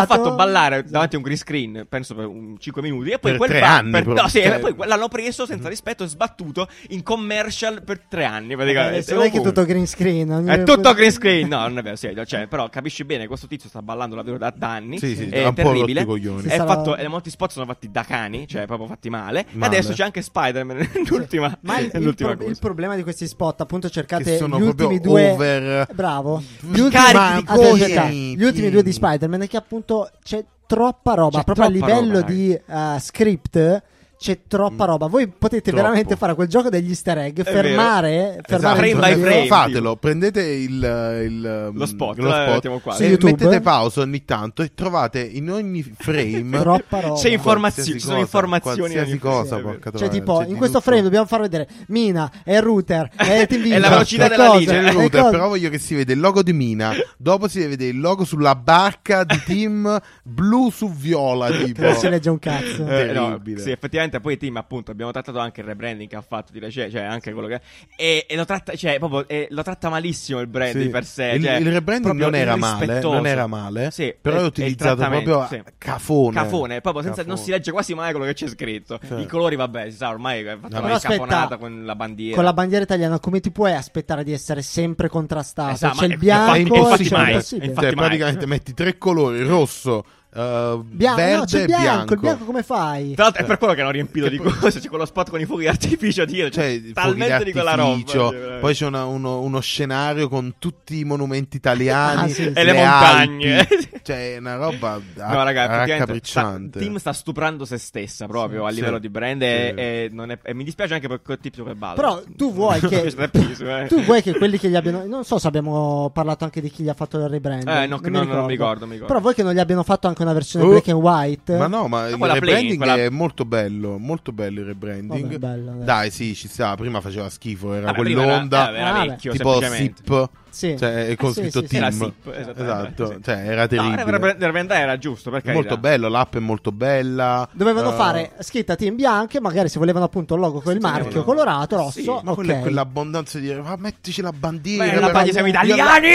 ballare davanti a un green screen, penso per un cinque minuti, e poi
Per
quel
tre
ba-
anni,
per,
proprio.
no, sì,
Cioè-
e poi l'hanno preso senza rispetto e sbattuto in commercial per tre anni praticamente.
Adesso non è che è
Ovunque.
tutto green screen. ogni-
È tutto green screen, no, non è vero, sì, cioè, però capisci bene, questo tizio sta ballando davvero da, da anni,
Sì, sì,
è
ha un po'
terribile,
rotto i coglioni.
Si
è
sarà-
fatto, e molti spot sono fatti da cani, cioè proprio fatti male,
Male.
e adesso c'è anche Spider-Man nell'ultima,
Ma il, il
nell'ultima
pro-
cosa.
il problema di questi spot, appunto, cercate
Che sono
gli ultimi
proprio
due.
over.
Bravo. Gli
Carichi
ultimi,
di
aspetta,
cose.
aspetta. Gli ultimi due di Spider-Man è che appunto c'è troppa roba,
C'è
proprio a
troppa
livello
roba,
di uh, script. C'è troppa roba. Voi potete
Troppo.
veramente fare quel gioco degli easter egg,
È
fermare, fermare
Esatto.
Frame
il
by
video.
frame.
Fatelo, prendete il, il
Lo spot,
lo
eh,
spot.
mettiamo qua.
Su
Sì,
YouTube.
mettete pausa ogni tanto e trovate in ogni frame
Troppa roba.
C'è informazio-
qualsiasi
ci sono
cosa,
informazioni
qualsiasi
ogni-
cosa,
sì,
porca
Cioè,
troia,
tipo,
c'è
in
di
questo
tutto.
frame dobbiamo far vedere Mina e il router e Team
E la velocità
e
della
cose,
linea.
C'è il
e
router,
cose.
però voglio che si vede il logo di Mina. Dopo si vede il logo sulla barca di Team blu su viola. Tipo.
Non si legge un cazzo.
Eh, no,
Terribile.
sì, effettivamente poi Tim, appunto, abbiamo trattato anche il rebranding che ha fatto di recente, cioè anche quello che e, e lo tratta, cioè proprio e lo tratta malissimo il brand
Sì.
di per sé,
il,
cioè,
il rebranding
proprio
non era male,
irrispettoso.
non era male,
Sì,
però
e-
è
e
utilizzato
il trattamento,
proprio a
sì.
cafone.
Cafone, proprio senza,
Cafone.
non si legge quasi mai quello che c'è scritto.
Sì.
I colori, vabbè, si sa, ormai è fatto
No,
una
però aspetta,
cafonata con la bandiera.
Con la bandiera italiana, come ti puoi aspettare di essere sempre contrastato?
Esatto,
c'è
ma
il
è-
bianco,
è impossibile.
cioè, è
Mai.
impossibile.
Infatti
Cioè,
mai.
praticamente metti tre colori, rosso, eh,
Bianco,
verde
no, c'è
e
il bianco,
bianco.
il bianco come fai?
Tra l'altro è per quello che hanno riempito
Che
di
poi-
cose, c'è quello spot con i fuochi d'artificio dietro,
Cioè,
cioè,
fuochi
talmente di quella roba.
d'artificio,
cioè,
poi c'è una- uno, uno scenario con tutti i monumenti italiani
Ah, sì, sì.
E le montagne.
Alpi. Cioè, è una roba
No, raga, effettivamente sta,
raccapricciante.
Tim sta stuprando se stessa proprio
Sì,
a livello
sì,
di brand e,
sì.
e non è- e mi dispiace anche per quel tizio che balla.
Però tu vuoi che
Mi sta piso, eh.
tu vuoi che quelli che gli abbiano, non so se abbiamo parlato anche di chi gli ha fatto il rebrand.
Eh, no, che no, non mi ricordo, non mi ricordo.
Però vuoi che non gli abbiano fatto anche una versione
Oh,
black and white?
Ma no, ma il
quella plain,
rebranding
quella-
è molto bello, molto bello il rebranding.
Vabbè, bello, dai.
Dai, sì, ci sta. Prima faceva schifo, era
Vabbè, prima
quell'onda
era, era
Ah,
vecchio,
tipo
semplicemente.
SIP,
Sì.
cioè con
Eh, sì,
scritto
sì, sì.
Team.
Era SIP, esattamente,
Esatto,
sì.
cioè era
No,
terribile.
il rebrand- il rebrand era giusto, per
È
carità.
molto bello, l'app è molto bella.
Dovevano
Eh,
fare scritta Team bianche, magari se volevano appunto il logo con il
Sì,
marchio
no.
colorato, rosso,
Sì,
Ma
ok.
quella è quell'abbondanza di dire, ma mettici la bandiera.
Beh,
per-
la pagina siamo
la-
italiani,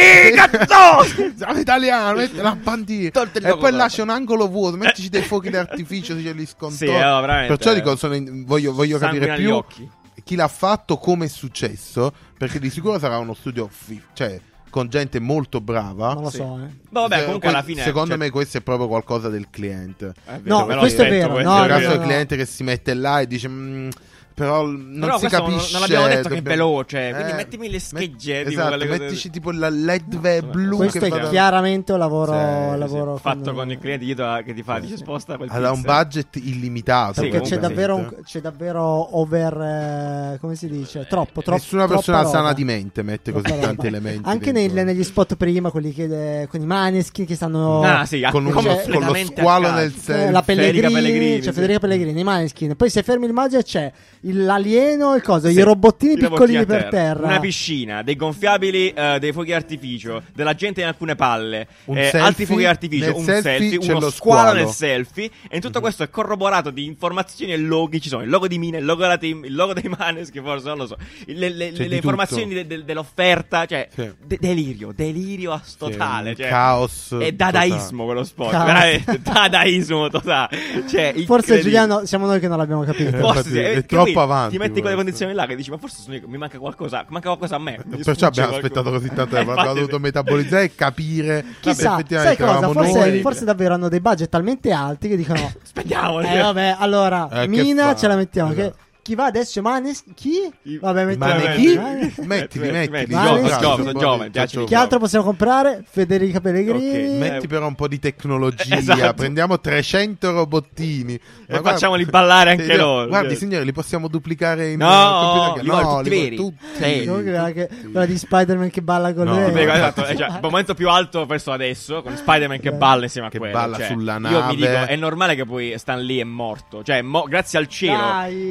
cazzo!
Siamo italiani, metti la bandiera.
Tolto il
E
logo
poi là
guarda.
c'è un angolo vuoto, mettici dei fuochi d'artificio, se ce li scontorni.
Sì, no, veramente.
Perciò dico, sono in- voglio, voglio
Sangue
capire
negli
più
occhi.
chi l'ha fatto, come è successo, perché di sicuro sarà uno studio fi- cioè con gente molto brava.
Non lo
Sì.
so, eh.
Ma vabbè,
Se-
comunque
que-
alla fine
secondo
cioè,
me questo è proprio qualcosa del cliente.
è vero,
No,
me lo
questo è
aspetto,
vero,
questo
no,
è
Nel
no,
caso
vero.
del cliente che si mette là e dice "Mm, però non
Però
si
questo non-
capisce,
non abbiamo detto che è
dobbiamo-
veloce, quindi mettimi le
met-
schegge, tipo
esatto,
quelle cose-
mettici tipo la L E D ve- blu
Questo
che
è
vada-
chiaramente un lavoro,
Sì, sì.
lavoro
fatto con il cliente dietro che ti fa, dice sposta quel
ha un
pixel.
budget illimitato.
Sì,
Perché c'è
comunque
davvero,
veramente.
un- c'è davvero over, eh, come si dice? Troppo, troppo.
Nessuna
troppa
persona
roba.
sana di mente mette così
Troppa
tanti
roba.
elementi
Anche
dentro.
nel- negli spot prima, quelli che, con i Maneskin che stanno.
Ah, sì,
con, un-
Cioè,
con lo
completamente
squalo
a caso.
nel
Eh,
senso.
la
Federica
Pellegrini,
Pellegrini,
c'è
sì.
Federica Pellegrini, i Maneskin. Poi se fermi l'immagine c'è il- l'alieno, il coso,
Sì,
i robottini
i
piccolini
robottini a
per terra.
Una piscina, dei gonfiabili, eh, dei fuochi d'artificio, della gente in alcune palle,
Un
eh,
selfie,
altri fuochi d'artificio,
nel
un
selfie
selfie,
c'è
uno
lo
squalo
squalo.
nel selfie. E in tutto questo è corroborato di informazioni e loghi. Ci sono il logo di Mina, il logo della team, il logo dei Manes, che forse non lo so, le, le-
C'è
le
di
informazioni de- de- dell'offerta. Cioè,
Sì.
de- delirio, delirio a totale.
un
Cioè,
caos
è dadaismo quello spot,
Caos.
veramente dadaismo totale. Cioè,
Forse
incredibile.
Giuliano, siamo noi che non l'abbiamo capito.
Eh,
Forse
infatti,
sì,
è
e
troppo
poi
avanti
Ti metti quelle
questo.
condizioni là che dici, ma forse sono io, mi manca qualcosa, manca qualcosa a me. Mi
Perciò
sfugge
abbiamo
qualcosa.
aspettato così tanto
Eh,
tempo, abbiamo
infatti,
dovuto metabolizzare e capire.
Chissà,
Vabbè,
sai
effettivamente
cosa?
eravamo
Forse,
noi.
forse davvero hanno dei budget talmente alti che dicono:
Spegniamoli.
Eh, vabbè, allora,
Eh, che
Mina
fa?
ce la mettiamo.
Esatto.
Che, chi va adesso? Manes? Chi?
I-
Vabbè, mettiamo.
Ma ne
Metti,
chi?
Manes-
Mettili,
Metti,
mettili.
metti.
Giovane,
Bravo,
giovane,
un po'
giovane,
di-
piacciono.
Chi altro possiamo comprare? Federica Pellegrini.
Ok,
Metti però un po' di tecnologia,
Esatto.
prendiamo trecento robottini
E facciamoli ballare anche
Sì,
loro.
Guardi signore, li possiamo duplicare in
No,
computer?
li voglio
no,
tutti
li voglio
veri.
tutti.
Sì.
Comunque quella, che- quella di Spider-Man che balla con
No,
lei.
no.
Beh, esatto, è già il momento più alto verso adesso, con Spider-Man che balla insieme a
Che
quello.
balla
cioè,
sulla
Io
nave.
mi dico, è normale che poi Stan Lee è morto. Cioè, mo- grazie al cielo.
Dai.
eh, vabbè, ma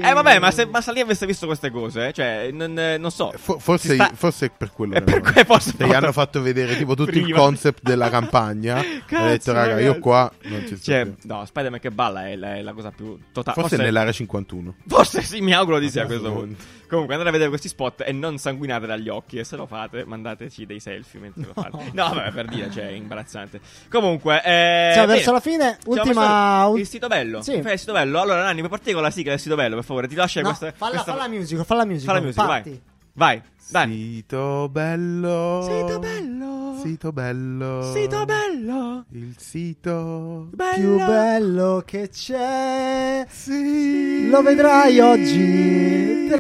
ma se Bassalì avesse visto queste cose, cioè, non, non so.
For- forse,
sta...
forse è per quello
è
che
per que- forse
gli hanno fatto vedere tipo tutto
prima.
il concept della campagna.
Cazzo,
ha detto, raga,
ragazzi.
io qua non ci sto
Cioè,
più.
no, Spider-Man che balla è la, è la cosa più totale.
Forse,
Forse,
nell'area cinquantuno.
forse sì, mi auguro di sì a questo
Assolutamente.
punto. Comunque andate a vedere questi spot e non sanguinate dagli occhi. E se lo fate, mandateci dei selfie mentre lo fate. No, vabbè, per dire, cioè, è imbarazzante. Comunque, eh,
Siamo
bene.
verso la fine.
Siamo
Ultima.
verso
ul-
il sito bello.
Sì.
Fai il sito bello. Allora, Nanni, puoi partire con la sigla del sito bello, per favore. Ti lascio
No,
questa,
falla,
questa...
falla musical, falla musical.
Falla music, vai.
Parti.
Vai, dai.
Sito bello.
Sito bello.
Sito bello.
Sito bello.
Il sito
Bello.
Più bello che c'è.
Sì.
Lo vedrai oggi.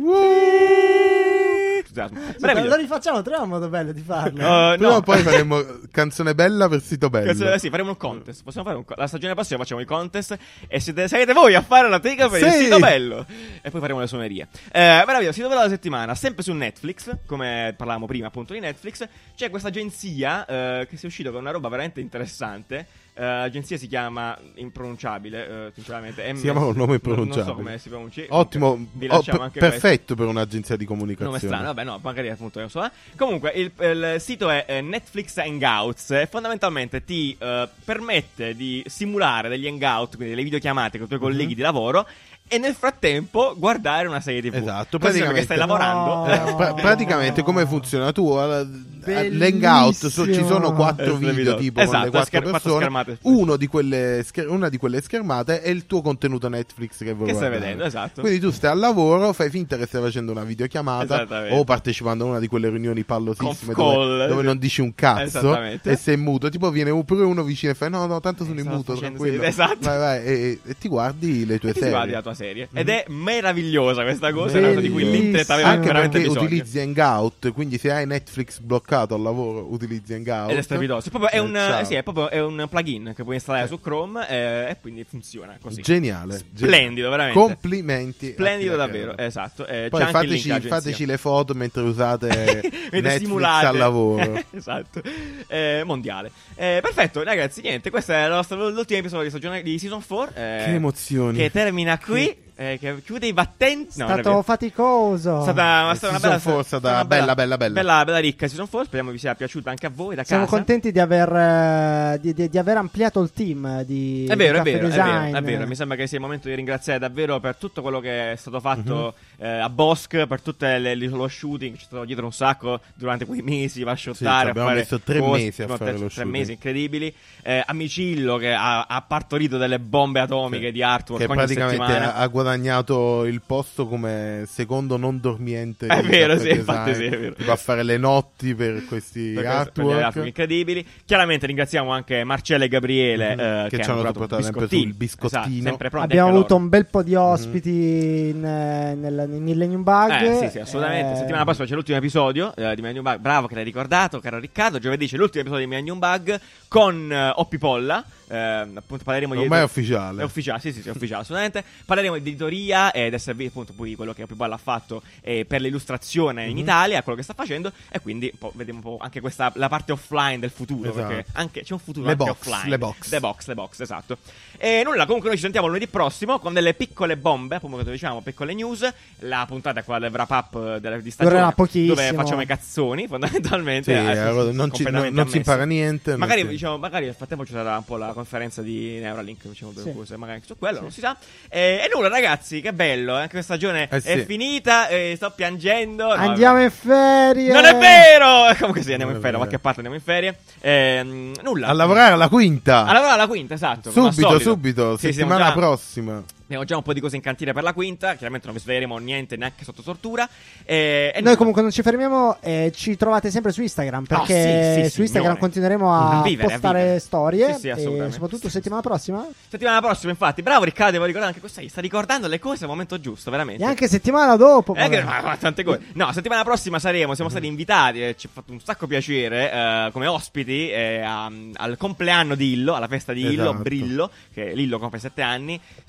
Entusiasmo.
Sì,
Meraviglioso.
lo rifacciamo, troviamo un modo bello di farlo.
Uh,
Prima o
no.
poi faremo canzone bella per sito bello.
Cazzo, eh, sì, faremo un contest. Possiamo fare un co- la stagione prossima facciamo i contest e siete, sarete voi a fare la tega per il
Sì.
sito bello. E poi faremo le suonerie. Eh, meraviglioso, sito bello della settimana, sempre su Netflix, come parlavamo prima appunto di Netflix. C'è questa agenzia eh, che si è uscita con una roba veramente interessante. Uh, l'agenzia si chiama impronunciabile, uh, sinceramente. M-
Si chiama un nome
non-
impronunciabile.
Non so come si pronunci.
Ottimo,
Vi
oh,
lasciamo
per-
anche
perfetto per un'agenzia di
questo.
comunicazione.
Nome strano, vabbè, no, magari appunto non so. eh. Comunque, il, il sito è eh, Netflix Hangouts e fondamentalmente ti eh, permette di simulare degli hangout, quindi delle videochiamate con i tuoi colleghi
Mhm.
di lavoro. E nel frattempo guardare una serie tivù.
Esatto,
Così sembra che
praticamente-
stai lavorando.
No.
Pra- praticamente come funziona tu al- all'hangout so- ci sono
Eh,
quattro video
video.
tipo
Esatto,
con le quattro
scher- quattro
persone,
schermate.
uno di quelle scher- una di quelle schermate è il tuo contenuto Netflix che vuoi
Che stai
guardare.
vedendo, esatto.
Quindi tu stai al lavoro, fai finta che stai facendo una videochiamata
Esattamente.
o partecipando a una di quelle riunioni pallosissime
Conf call,
dove, dove
sì.
non dici un cazzo
Esattamente.
e sei muto, tipo viene un- pure uno vicino e fai no no tanto sono in
Stavo
muto
facendo-
tranquillo,
sì, esatto.
vai vai e, e ti guardi le tue
E ti
serie.
guardi la tua serie. Ed è meravigliosa questa cosa. È una cosa di cui
Bellissimo.
l'internet aveva
Anche
veramente
perché
bisogno.
utilizzi Hangout, quindi se hai Netflix bloccato al lavoro utilizzi Hangout.
Ed è strepitoso. È proprio, è
Eh,
un,
ciao.
eh, sì, è proprio è un plugin che puoi installare su Chrome eh, e quindi funziona così.
Geniale,
Splendido, veramente.
Complimenti.
Splendido
a chi l'ha
davvero,
creato.
esatto. Eh,
Poi
c'è anche il link
fateci,
all'agenzia.
fateci le foto mentre usate
Mentre
Netflix
simulate.
al lavoro.
Esatto. Eh, mondiale. Eh, perfetto, ragazzi, niente, questo è il nostro, l'ultimo episodio di, stagione, di Season quattro. eh,
Che emozioni.
Che termina qui. eh, che chiude i battenti.
È
No, non è
stato
vero.
faticoso.
È stata, ma è stata una
Season
bella,
four è stata
una
bella, bella, bella.
bella, bella ricca Season quattro. Speriamo vi sia piaciuta anche a voi da
Siamo
casa.
contenti di aver, eh, di, di- di aver ampliato il team di
È vero,
di
è
Caffè
vero, è
Design.
vero, è vero. Mi sembra che sia il momento di ringraziare davvero per tutto quello che è stato fatto
Mhm.
eh, a Bosc, per tutto lo shooting. C'è stato dietro un sacco durante quei mesi. Va a
Sì,
shottare.
ci
a
abbiamo
fare
messo tre
post-
mesi a
no,
fare
tre,
lo
tre
shooting.
mesi incredibili. Eh, Amicillo che ha, ha partorito delle bombe atomiche
Sì.
di artwork
Che
ogni
praticamente
settimana.
ha, ha guadagnato il posto come secondo non dormiente.
È
di
vero,
Caffè
sì, infatti
Design.
sì, è vero.
Tipo a fare le notti per questi
Per questo- per gli
artwork.
artwork incredibili. Chiaramente ringraziamo anche Marcella e Gabriele
Mhm.
eh,
Che
che,
ci hanno
hanno
supportato sempre
biscottini.
sul biscottino.
Esatto, sempre pronti
Abbiamo
anche
avuto
loro.
un bel po' di ospiti in, eh, nel, nel Millennium Bug.
Eh, sì, sì, assolutamente.
Eh,
Settimana prossima c'è l'ultimo episodio eh, di Millennium Bug. Bravo che l'hai ricordato, caro Riccardo. Giovedì c'è l'ultimo episodio di Millennium Bug con eh, Oppi Polla. Eh, appunto parleremo di
Ormai è ufficiale.
È ufficiale, sì, sì, sì, è ufficiale, assolutamente. Parleremo di editoria ed S V, appunto, poi quello che Oppi Polla ha fatto eh, per l'illustrazione in
Mhm.
Italia, quello che sta facendo. E quindi un po' vediamo un po' anche questa la parte offline del futuro.
Esatto.
Perché anche c'è un futuro
Le
anche
box,
offline.
le box.
Le box, le box, esatto. E nulla, comunque noi ci sentiamo lunedì prossimo con delle piccole bombe, appunto come dicevamo, piccole news. La puntata è quella del wrap up della, di stagione,
Durerà pochissimo.
dove facciamo i cazzoni, fondamentalmente.
Sì,
Eh,
eh,
sì, sì,
non, ci, non,
completamente
non si
ammesso.
impara niente. non
Magari,
si-
diciamo, magari nel frattempo ci sarà un po' la conferenza di Neuralink, diciamo, due
Sì.
cose, magari su quello, non si sa. E, e nulla, ragazzi, che bello, eh, anche questa stagione
Eh sì.
è finita, e sto piangendo. No,
Andiamo
vabbè.
in ferie.
Non è vero! Comunque sì, andiamo
Non
in
è
ferie, da
vero.
qualche parte andiamo in ferie. Ehm, nulla.
A lavorare alla quinta.
A lavorare alla quinta, esatto. come al
subito,
solito.
subito.
Sì,
settimana
siamo già-
prossima.
Abbiamo già un po' di cose in cantiere per la quinta. Chiaramente non vi sveleremo niente neanche sotto tortura. E, e
Noi
nulla.
comunque non ci fermiamo e ci trovate sempre su Instagram perché
Ah, sì, sì,
su
sì,
Instagram
signore.
continueremo a,
A vivere, a
postare
vivere.
storie
Sì, sì,
e
assolutamente.
soprattutto settimana prossima
Settimana prossima, infatti. Bravo Riccardo, devo ricordare anche questo. Sta ricordando le cose al momento giusto, veramente.
e anche settimana dopo.
Eh, che-
vabbè.
ma- ma tante cose. No, settimana prossima saremo, siamo stati invitati e ci ha fatto un sacco piacere eh, come ospiti eh, a- al compleanno di Illo, alla festa di Illo,
Esatto.
Brillo, che Lillo compie sette anni. Sono venuti ad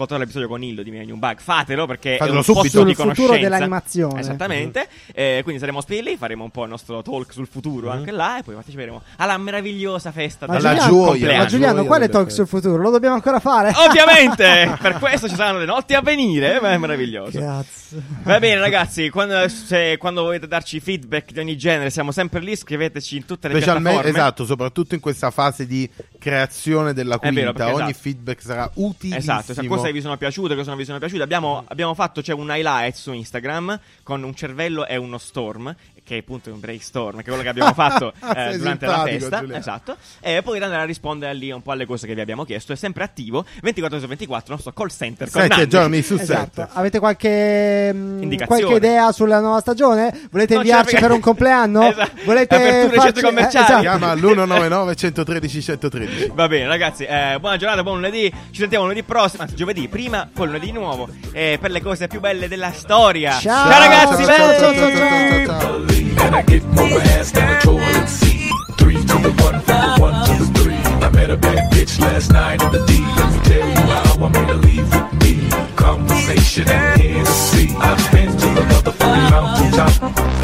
ascoltato l'episodio con Illo di Millennium Bug, fatelo perché
Fatelo
è un
subito.
posto di
Sul futuro
conoscenza
dell'animazione.
Esattamente. Eh, quindi saremo ospiti lì, faremo un po' il nostro talk sul futuro anche là e poi parteciperemo alla meravigliosa festa
Ma
della
Alla
Giuliano,
gioia,
compleanno.
ma Giuliano,
gioia
quale
delle
talk
feste.
sul futuro? Lo dobbiamo ancora fare?
Ovviamente, per questo ci saranno le notti a venire, ma è meraviglioso.
Cazzo.
Va bene ragazzi, quando, se, quando volete darci feedback di ogni genere siamo sempre lì, scriveteci in tutte le
Specialmente,
piattaforme.
esatto, soprattutto in questa fase di creazione della
È vero,
quinta,
perché
ogni
esatto.
feedback sarà utilissimo.
Esatto, esatto, cose che vi sono piaciute, cosa non vi sono piaciute. Abbiamo, abbiamo fatto c'è un highlight su Instagram con un cervello e uno storm, che è appunto un brainstorm, che è quello che abbiamo fatto eh,
Sei
durante la
simpatico,
festa.
Giuliano.
Esatto. E poi andare a rispondere lì un po' alle cose che vi abbiamo chiesto. È sempre attivo ventiquattro ore su ventiquattro, il nostro call center con
Sette
Nanni.
giorni su
Esatto.
sette.
Avete qualche, mh,
Indicazione.
qualche idea sulla nuova stagione? Volete
Non
inviarci
ce la-
per un compleanno?
Esatto.
Volete
Aperture
farci-
centri commerciali.
eh, esatto.
Chiama all'uno nove nove uno uno tre uno uno tre uno.
Va bene ragazzi, eh, buona giornata, buon lunedì. Ci sentiamo lunedì prossimo, anzi giovedì prima, poi lunedì di nuovo eh, per le cose più belle della storia.
Ciao.
ragazzi,
ciao, ciao, ciao,
belli!
ciao, ciao, ciao.
And I get more ass than a toilet seat. Three to the one, from the one to the three. I met a bad bitch last night in the D. Let me tell you how I made her leave with me. Conversation and Hennessy. I've been to the motherfucking mountaintop.